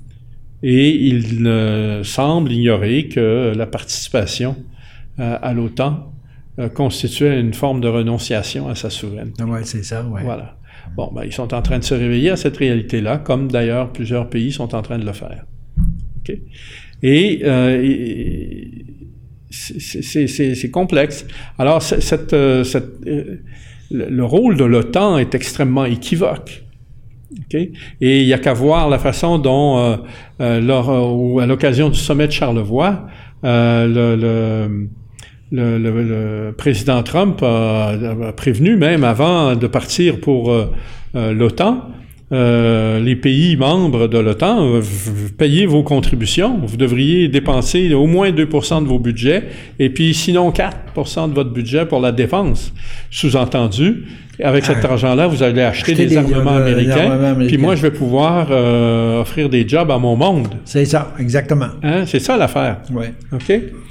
Et ils euh, semblent ignorer que la participation euh, à l'OTAN euh, constituait une forme de renonciation à sa souveraineté. Oui, c'est ça, oui. Voilà. Bon, ben, ils sont en train de se réveiller à cette réalité-là, comme d'ailleurs plusieurs pays sont en train de le faire. Okay? Et, euh, et c'est, c'est, c'est, c'est complexe. Alors, c'est, cette, cette, euh, le rôle de l'OTAN est extrêmement équivoque. Okay? Et il n'y a qu'à voir la façon dont, euh, euh, lors, ou à l'occasion du sommet de Charlevoix, euh, le... le Le, le, le président Trump a, a prévenu, même avant de partir pour euh, euh, l'OTAN, euh, les pays membres de l'OTAN, euh, payez vos contributions, vous devriez dépenser au moins deux pour cent de vos budgets, et puis sinon quatre pour cent de votre budget pour la défense. Sous-entendu, avec cet argent-là, vous allez acheter, acheter des, des armements, euh, américains, armements américains, puis moi, je vais pouvoir euh, offrir des jobs à mon monde. C'est ça, exactement. Hein? C'est ça l'affaire. Oui. OK?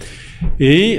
Et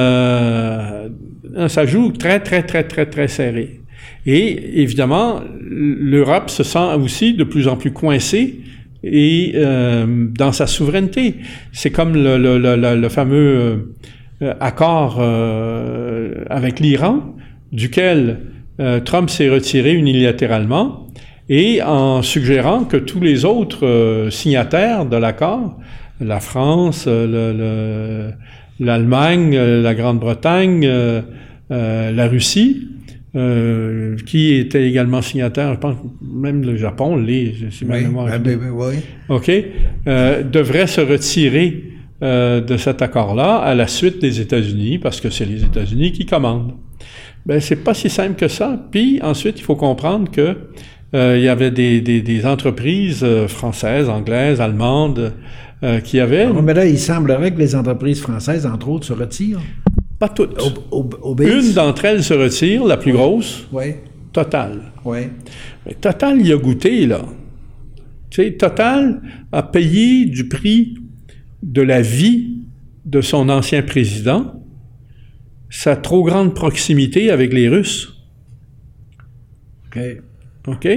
euh, ça joue très, très, très, très, très serré. Et évidemment, l'Europe se sent aussi de plus en plus coincée et euh, dans sa souveraineté. C'est comme le, le, le, le fameux euh, accord euh, avec l'Iran, duquel euh, Trump s'est retiré unilatéralement, et en suggérant que tous les autres euh, signataires de l'accord, la France, le... le l'Allemagne, la Grande-Bretagne, euh, euh, la Russie, euh, qui était également signataire, je pense même le Japon, les, c'est ma oui, mémoire. Oui, oui. OK, euh, devrait se retirer euh, de cet accord-là à la suite des États-Unis, parce que c'est les États-Unis qui commandent. Ben, c'est pas si simple que ça. Puis ensuite, il faut comprendre que euh, il y avait des, des, des entreprises euh, françaises, anglaises, allemandes, euh, qui avaient... Non, mais là, il semblerait que les entreprises françaises, entre autres, se retirent. Pas toutes. Ob- ob- obéissent. Une d'entre elles se retire, la plus grosse, Oui. Total. Oui. Mais Total y a goûté, là. Tu sais, Total a payé du prix de la vie de son ancien président, sa trop grande proximité avec les Russes. OK. OK?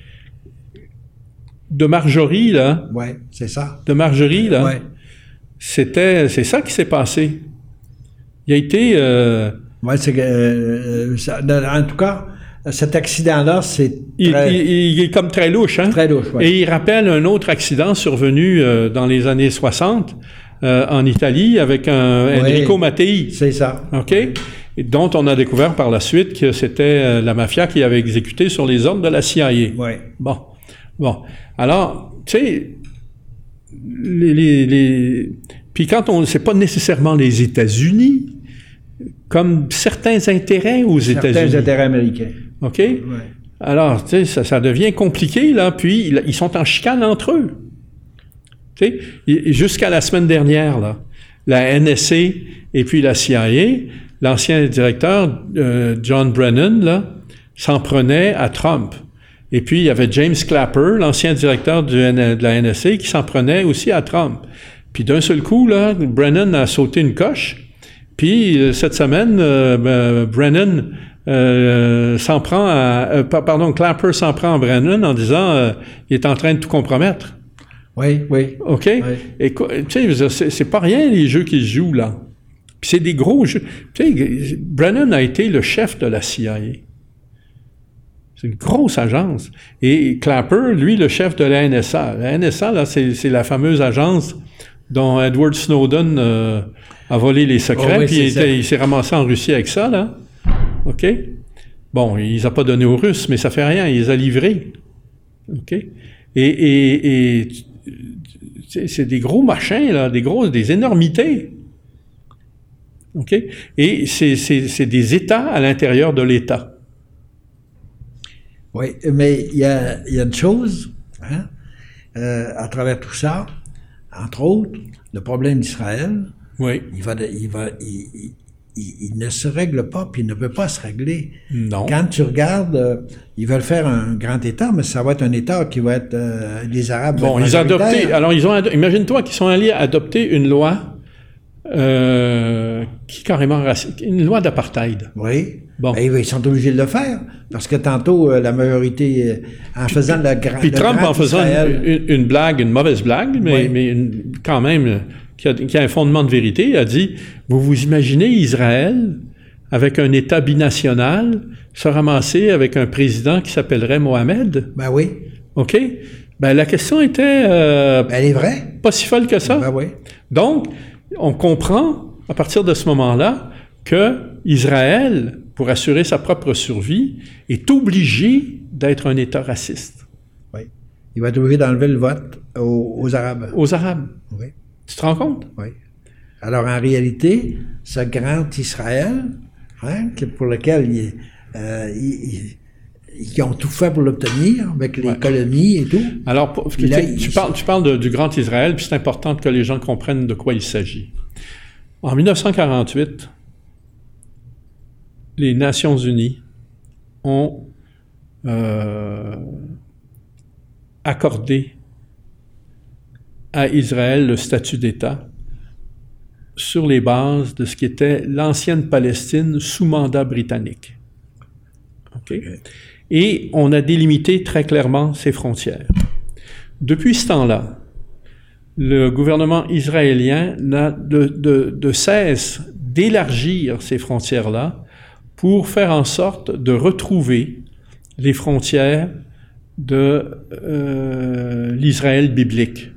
De Marjorie, là, Oui, c'est ça. de Marjorie, là, Oui. c'était, c'est ça qui s'est passé. Il a été... Euh, Oui, c'est que... euh, ça- en tout cas, cet accident-là, c'est il, très, il- il est comme très louche, hein? très louche. Oui. Et il rappelle un autre accident survenu euh, dans les années soixante euh, en Italie avec un Oui. Enrico Mattei, C'est ça. OK? Et dont on a découvert par la suite que c'était euh, la mafia qui avait exécuté sur les ordres de la C I A. Oui. Bon. Bon. Alors, tu sais, les, les, les... Puis quand on... C'est pas nécessairement les États-Unis, comme certains intérêts aux Certains États-Unis. intérêts américains. OK? Oui. Alors, tu sais, ça, ça devient compliqué, là, puis ils ils sont en chicane entre eux. Tu sais, et- jusqu'à la semaine dernière, là, la N S A et puis la C I A, l'ancien directeur, euh, John Brennan, là, s'en prenait à Trump. Et puis, il y avait James Clapper, l'ancien directeur du N- de la N S A, qui s'en prenait aussi à Trump. Puis d'un seul coup, là, Brennan a sauté une coche. Puis euh, cette semaine, euh, ben, Brennan euh, s'en prend à... euh, pa- pardon, Clapper s'en prend à Brennan en disant euh, il est en train de tout compromettre. Oui, oui. OK? Oui. Et co- tu sais, je veux dire, c'est, c'est pas rien les jeux qu'ils jouent là. Puis c'est des gros jeux. Tu sais, Brennan a été le chef de la C I A. C'est une grosse agence. Et Clapper, lui, le chef de la N S A. La N S A, là, c'est, c'est la fameuse agence dont Edward Snowden euh, a volé les secrets, Oh oui, puis c'est il, ça. était- il s'est ramassé en Russie avec ça, là. OK? Bon, il les a pas donnés aux Russes, mais ça fait rien, il les a livrés. OK? Et, et, et c'est, c'est des gros machins, là, des grosses, des énormités. OK? Et c'est, c'est, c'est des États à l'intérieur de l'État. Oui, mais il y a, il y a une chose, hein, euh, à travers tout ça, entre autres, le problème d'Israël, Oui. il va, de- il va, il, il- il- il ne se règle pas, puis il ne peut pas se régler. Non. Quand tu regardes, euh, ils veulent faire un grand État, mais ça va être un État qui va être, euh, les Arabes. Bon, vont être ils ont adopté. majoritaires. Alors, ils ont. ado- Imagine-toi qu'ils sont allés adopter une loi euh, qui est carrément raciste, une loi d'apartheid. Oui. Bon. Ben, ils sont obligés de le faire, parce que tantôt, euh, la majorité, euh, en faisant le, gra- Puis le Trump, grand en faisant Israël, une, une- une blague, une mauvaise blague, mais, Oui. mais une- quand même euh, qui a, qui a un fondement de vérité, a dit vous vous imaginez Israël avec un État binational se ramasser avec un président qui s'appellerait Mohamed? ben oui, OK? Ben la question était euh, ben, elle est vraie. pas si folle que ça. Ben oui. Donc, on comprend à partir de ce moment-là que Israël, pour assurer sa propre survie, est obligé d'être un État raciste Oui. Il va être obligé d'enlever le vote aux, aux Arabes. aux Arabes. Oui. Tu te rends compte? Oui. Alors, en réalité, ce grand Israël, hein, que- pour lequel ils, euh, ils, ils- ils ont tout fait pour l'obtenir, avec les Ouais. colonies et tout. Alors, pour- Puis là, tu, tu il- parles, tu parles de- du Grand Israël, puis c'est important que les gens comprennent de quoi il s'agit. En dix-neuf cent quarante-huit, les Nations unies ont euh, accordé à Israël le statut d'État sur les bases de ce qui était l'ancienne Palestine sous mandat britannique. OK? Et on a délimité très clairement ses frontières. Depuis ce temps-là, le gouvernement israélien n'a de, de, de cesse d'élargir ces frontières-là pour faire en sorte de retrouver les frontières de euh, l'Israël biblique.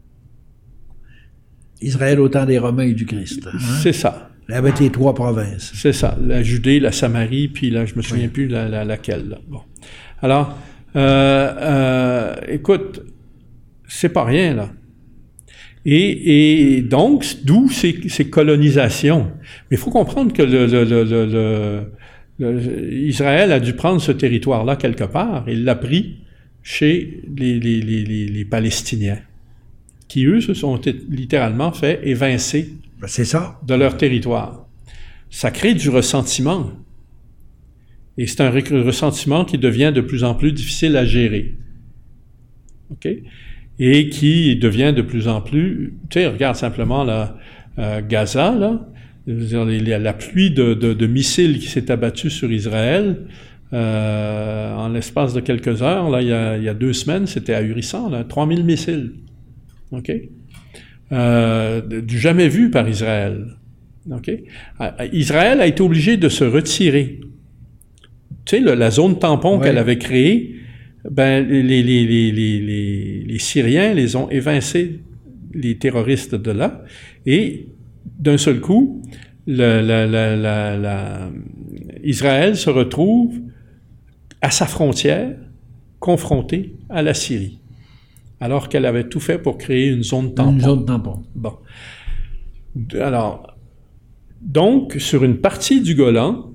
Israël au temps des Romains et du Christ. Hein? C'est ça. Avec les trois provinces. C'est ça. La Judée, la Samarie, puis là, je me souviens plus la, la, laquelle. Là. Bon. Alors, euh, euh, écoute, c'est pas rien, là. Et, et donc, d'où ces, ces colonisations. Mais il faut comprendre que le, le, le, le, le, le, Israël a dû prendre ce territoire-là quelque part. Il l'a pris chez les, les, les, les, les Palestiniens, qui, eux, se sont littéralement fait évincer ben, c'est ça. de leur territoire. Ça crée du ressentiment. Et c'est un ressentiment qui devient de plus en plus difficile à gérer. OK? Et qui devient de plus en plus... Tu sais, regarde simplement la, euh, Gaza, là. Je veux dire, les, la pluie de, de, de missiles qui s'est abattue sur Israël, euh, en l'espace de quelques heures, là, il y a, il y a deux semaines, c'était ahurissant, là, trois mille missiles. OK? Euh, du jamais vu par Israël. OK? Israël a été obligé de se retirer. Tu sais, le, la zone tampon ouais. qu'elle avait créée, ben, les, les, les, les, les, les Syriens les ont évincés, les terroristes de là, et d'un seul coup, le, la, la, la, la, Israël se retrouve à sa frontière, confrontée à la Syrie, alors qu'elle avait tout fait pour créer une zone tampon. Une zone tampon. Bon. Alors, donc, sur une partie du Golan,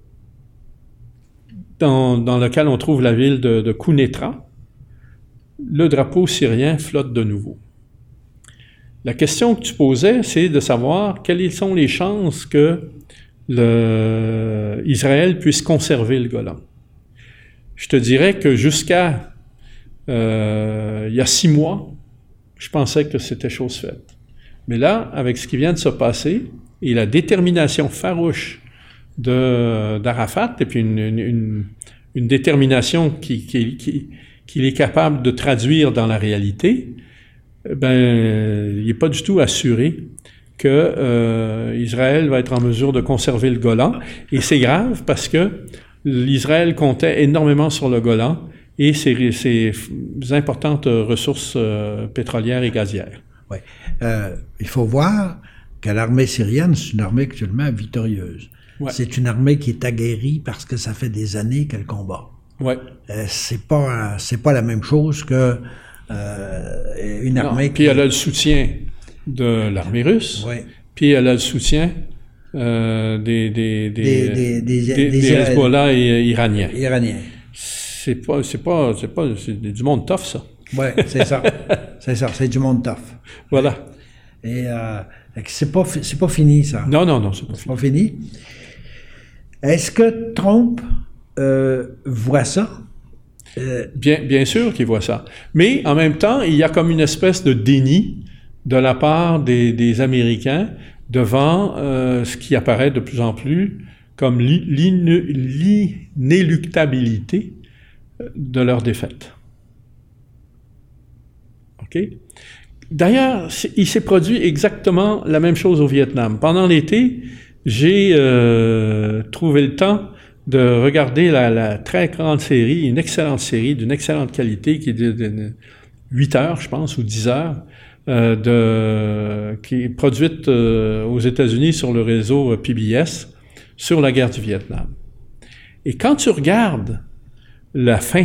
Dans, dans lequel on trouve la ville de, de Kounetra, le drapeau syrien flotte de nouveau. La question que tu posais, c'est de savoir quelles sont les chances que le, Israël puisse conserver le Golan. Je te dirais que jusqu'à euh, il y a six mois, je pensais que c'était chose faite. Mais là, avec ce qui vient de se passer et la détermination farouche de, d'Arafat, et puis une, une, une détermination qui, qui, qui, qu'il est capable de traduire dans la réalité, ben, il n'est pas du tout assuré que euh, Israël va être en mesure de conserver le Golan. Et c'est grave parce que l'Israël comptait énormément sur le Golan et ses, ses importantes ressources euh, pétrolières et gazières. Oui. Euh, il faut voir que l'armée syrienne, c'est une armée actuellement victorieuse. Ouais. C'est une armée qui est aguerrie parce que ça fait des années qu'elle combat. Ouais. Euh, c'est pas c'est pas la même chose que euh, une armée non, qui... Puis elle a le soutien de l'armée russe. Ouais. Puis elle a le soutien euh, des des des des, des, des, des, des, des Hezbollah et iraniens. Iraniens. C'est pas c'est pas c'est pas c'est du monde tough ça. Ouais, c'est ça. c'est ça, c'est du monde tough. Voilà. Et euh, c'est pas c'est pas fini ça. Non non non, c'est pas c'est fini. pas fini. Est-ce que Trump euh, voit ça? Euh... Bien, bien sûr qu'il voit ça. Mais en même temps, il y a comme une espèce de déni de la part des, des Américains devant euh, ce qui apparaît de plus en plus comme l'inéluctabilité de leur défaite. OK? D'ailleurs, il s'est produit exactement la même chose au Vietnam. Pendant l'été, j'ai euh, trouvé le temps de regarder la, la très grande série, une excellente série d'une excellente qualité qui est de, de huit heures, je pense, ou dix heures, euh, de, qui est produite euh, aux États-Unis sur le réseau P B S sur la guerre du Vietnam. Et quand tu regardes la fin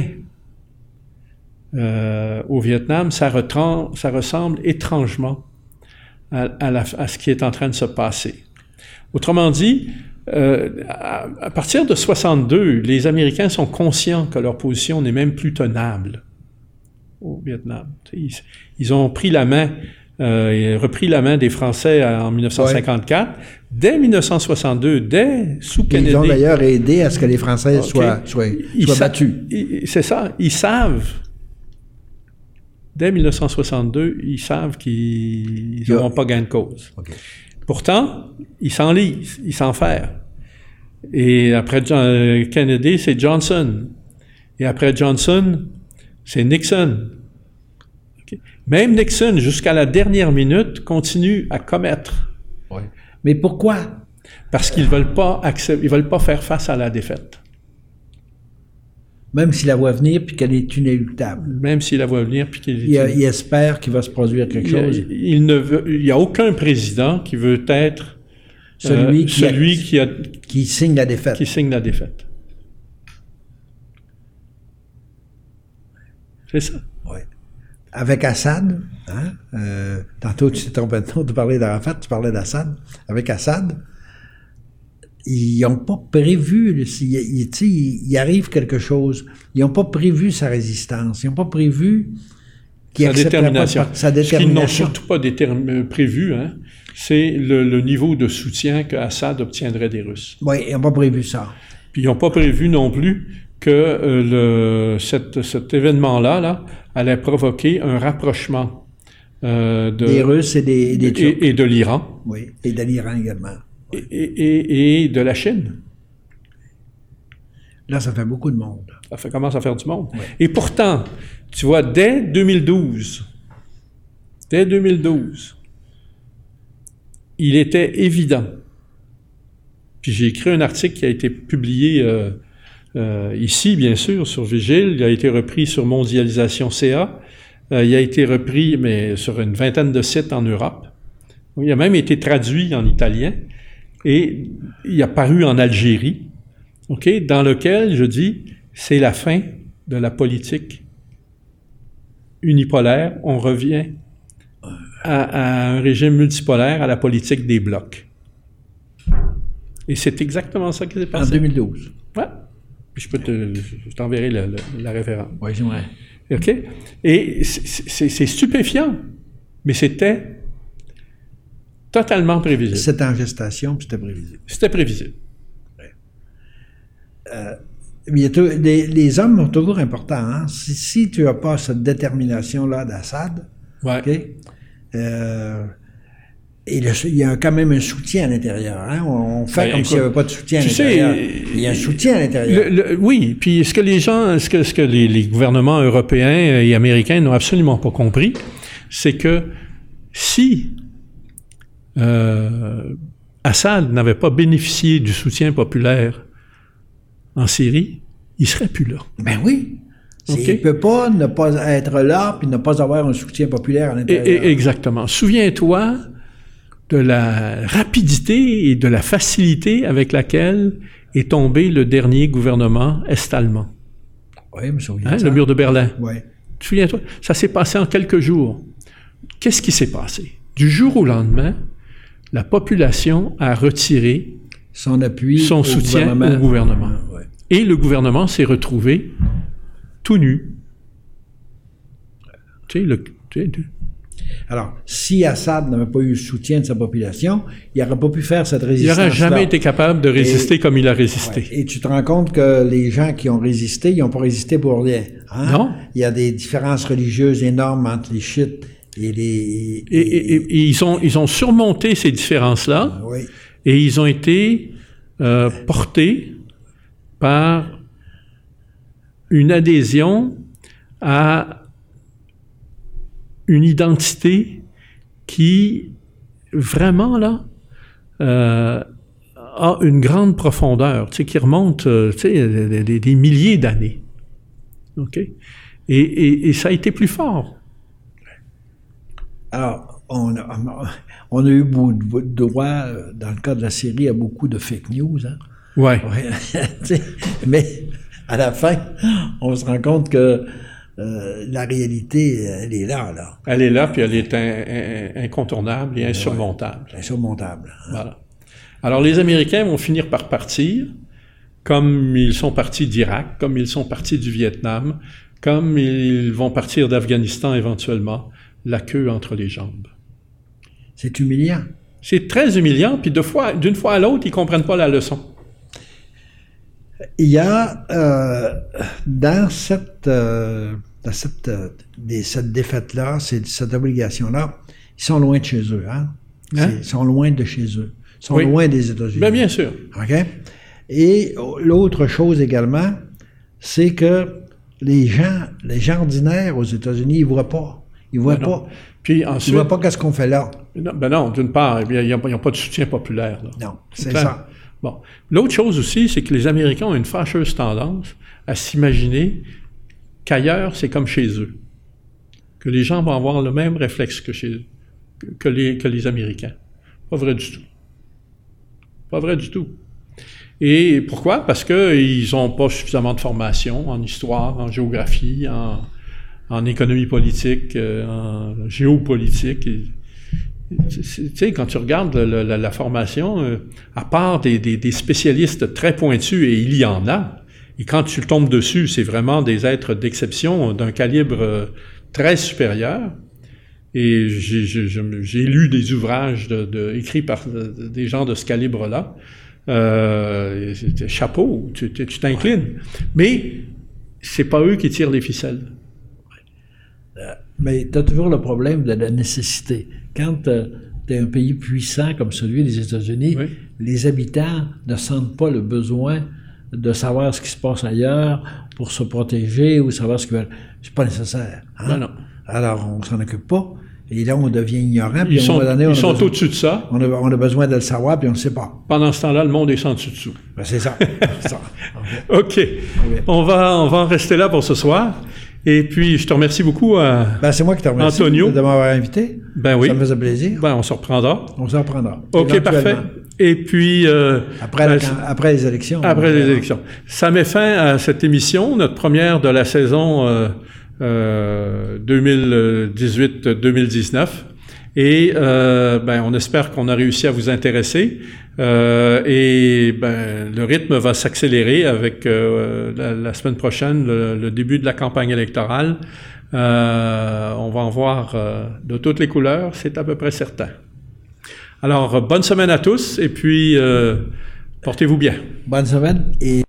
euh, au Vietnam, ça, retran- ça ressemble étrangement à, à, la, à ce qui est en train de se passer. Autrement dit, euh, à, à partir de soixante-deux, les Américains sont conscients que leur position n'est même plus tenable au Vietnam. Ils, ils ont pris la main, euh, et repris la main des Français en dix-neuf cent cinquante-quatre. Ouais. Dès dix-neuf cent soixante-deux, dès sous Kennedy... Ils ont d'ailleurs aidé à ce que les Français okay. soient, soient, soient battus. Sa- c'est ça, ils savent... Dès dix-neuf cent soixante-deux, ils savent qu'ils n'auront pas gain de cause. Okay. Pourtant, ils s'enlisent, ils s'enferment. Et après John Kennedy, c'est Johnson. Et après Johnson, c'est Nixon. Okay. Même Nixon, jusqu'à la dernière minute, continue à commettre. Oui. Mais pourquoi? Parce qu'ils veulent pas accepter, ils veulent pas faire face à la défaite. Même s'il la voit venir puis qu'elle est inéluctable. Même s'il la voit venir puis qu'elle est inéluctable. Il, il espère qu'il va se produire quelque il, chose. Il, il ne veut, il y a aucun président qui veut être celui, euh, qui, celui a, qui, a, qui signe la défaite. Qui signe la défaite. C'est ça. Oui. Avec Assad, hein, euh, tantôt tu t'es trompé de parler d'Arafat, tu parlais d'Assad. Avec Assad, ils n'ont pas prévu, il arrive quelque chose, ils n'ont pas prévu sa résistance, ils n'ont pas prévu qu'il sa détermination. Pas, sa détermination. Ce qu'ils n'ont surtout pas déterm- prévu, hein, c'est le, le niveau de soutien qu'Assad obtiendrait des Russes. Oui, ils n'ont pas prévu ça. Puis ils n'ont pas prévu non plus que euh, le, cette, cet événement-là là, allait provoquer un rapprochement euh, de, des Russes et des, et des Turcs. Et, et de l'Iran. Oui, et de l'Iran également. Et, et, et de la Chine. Là, ça fait beaucoup de monde. Ça fait, commence à faire du monde. Oui. Et pourtant, tu vois, dès deux mille douze, dès deux mille douze, il était évident. Puis j'ai écrit un article qui a été publié euh, euh, ici, bien sûr, sur Vigile. Il a été repris sur Mondialisation C A. Euh, il a été repris, mais sur une vingtaine de sites en Europe. Il a même été traduit en italien. Et il a paru en Algérie, okay, dans lequel, je dis, c'est la fin de la politique unipolaire. On revient à, à un régime multipolaire, à la politique des blocs. Et c'est exactement ça qui s'est passé. En deux mille douze. Ouais. Je peux te, je t'enverrai la, la, la référence. Oui, j'aimerais. OK? Et c'est, c'est, c'est stupéfiant, mais c'était totalement prévisible. C'était en gestation, puis c'était prévisible. C'était prévisible. Ouais. Euh, mais tout, les, les hommes sont toujours importants. Hein? Si, si tu n'as pas cette détermination-là d'Assad, ouais. Okay, euh, et le, il y a quand même un soutien à l'intérieur. Hein? On, on fait ben, comme écoute, s'il n'y avait pas de soutien à l'intérieur. Sais, il y a un soutien à l'intérieur. Le, le, oui, puis ce que les gens, ce que, ce que les, les gouvernements européens et américains n'ont absolument pas compris, c'est que si euh, Assad n'avait pas bénéficié du soutien populaire en Syrie, il ne serait plus là. Ben oui. Okay. Il ne peut pas ne pas être là puis ne pas avoir un soutien populaire à l'intérieur. Et, et, exactement. Souviens-toi de la rapidité et de la facilité avec laquelle est tombé le dernier gouvernement est-allemand. Oui, je me souviens. Hein, le mur de Berlin. Oui. Souviens-toi, ça s'est passé en quelques jours. Qu'est-ce qui s'est passé? Du jour au lendemain, la population a retiré son appui, son au soutien gouvernement. au gouvernement. Ouais. Et le gouvernement s'est retrouvé tout nu. Tu sais, le... Tu sais, Alors, si Assad n'avait pas eu le soutien de sa population, il n'aurait pas pu faire cette résistance. Il n'aurait jamais été capable de résister et, comme il a résisté. Ouais, et tu te rends compte que les gens qui ont résisté, ils n'ont pas résisté pour rien. Hein? Non. Il y a des différences religieuses énormes entre les chiites et les... Et, et, et, et ils, ont, ils ont surmonté ces différences-là, oui. Et ils ont été euh, portés par une adhésion à une identité qui, vraiment, là, euh, a une grande profondeur, tu sais, qui remonte, euh, tu sais, des, des milliers d'années. OK? Et, et, et ça a été plus fort. Alors, on a, on a eu beaucoup de droit, dans le cas de la Syrie, à beaucoup de fake news, hein? Ouais. ouais. Mais, à la fin, on se rend compte que Euh, la réalité, elle est là, là. Elle est là, puis elle est in, in, incontournable et insurmontable. Ouais, insurmontable. Hein. Voilà. Alors, les Américains vont finir par partir, comme ils sont partis d'Irak, comme ils sont partis du Vietnam, comme ils vont partir d'Afghanistan éventuellement, la queue entre les jambes. C'est humiliant. C'est très humiliant, puis de fois, d'une fois à l'autre, ils ne comprennent pas la leçon. Il y a euh, dans cette, euh, dans cette, euh, des, cette défaite-là, cette, cette obligation-là, ils sont loin de chez eux. Hein? Hein? Ils sont loin de chez eux. Ils sont oui. loin des États-Unis. Bien, bien sûr. Okay? Et l'autre chose également, c'est que les gens, les gens ordinaires aux États-Unis, ils ne voient pas. Ils ne voient ben pas. Puis ensuite, ils ne voient pas qu'est-ce qu'on fait là. Non, ben non, d'une part, ils n'ont pas de soutien populaire. Là. Non, c'est ça. Bon. L'autre chose aussi, c'est que les Américains ont une fâcheuse tendance à s'imaginer qu'ailleurs, c'est comme chez eux. Que les gens vont avoir le même réflexe que, chez, que, les, que les Américains. Pas vrai du tout. Pas vrai du tout. Et pourquoi? Parce qu'ils n'ont pas suffisamment de formation en histoire, en géographie, en, en économie politique, en géopolitique. Et, tu sais, quand tu regardes le, la, la formation, euh, à part des, des, des spécialistes très pointus, et il y en a, et quand tu tombes dessus, c'est vraiment des êtres d'exception d'un calibre euh, très supérieur. Et j'ai, j'ai, j'ai lu des ouvrages de, de, écrits par de, des gens de ce calibre-là. Euh, chapeau, tu, tu t'inclines. Mais c'est pas eux qui tirent les ficelles. Euh, mais tu as toujours le problème de la nécessité. Quand euh, tu es un pays puissant comme celui des États-Unis, oui. les habitants ne sentent pas le besoin de savoir ce qui se passe ailleurs pour se protéger ou savoir ce qu'ils veulent. C'est pas nécessaire. Hein? Non, non. Alors, on s'en occupe pas. Et là, on devient ignorant. Puis ils sont, donné, ils sont besoin, au-dessus de ça. On a, on a besoin de le savoir, puis on ne le sait pas. Pendant ce temps-là, le monde est sans dessus-dessous. Ben, c'est ça. c'est ça. OK. OK. On va, on va en rester là pour ce soir. Et puis, je te remercie beaucoup, euh, ben, c'est moi qui te remercie Antonio. de m'avoir invité. Ben oui. Ça me faisait plaisir. Ben, on se reprendra. On se reprendra. OK, parfait. Et puis... Euh, après, la, euh, après les élections. Après les élections. Ça met fin à cette émission, notre première de la saison euh, euh, deux mille dix-huit deux mille dix-neuf. Et euh, ben, on espère qu'on a réussi à vous intéresser. Euh, et ben, le rythme va s'accélérer avec euh, la, la semaine prochaine, le, le début de la campagne électorale. Euh, on va en voir euh, de toutes les couleurs, c'est à peu près certain. Alors, bonne semaine à tous et puis euh, portez-vous bien. Bonne semaine et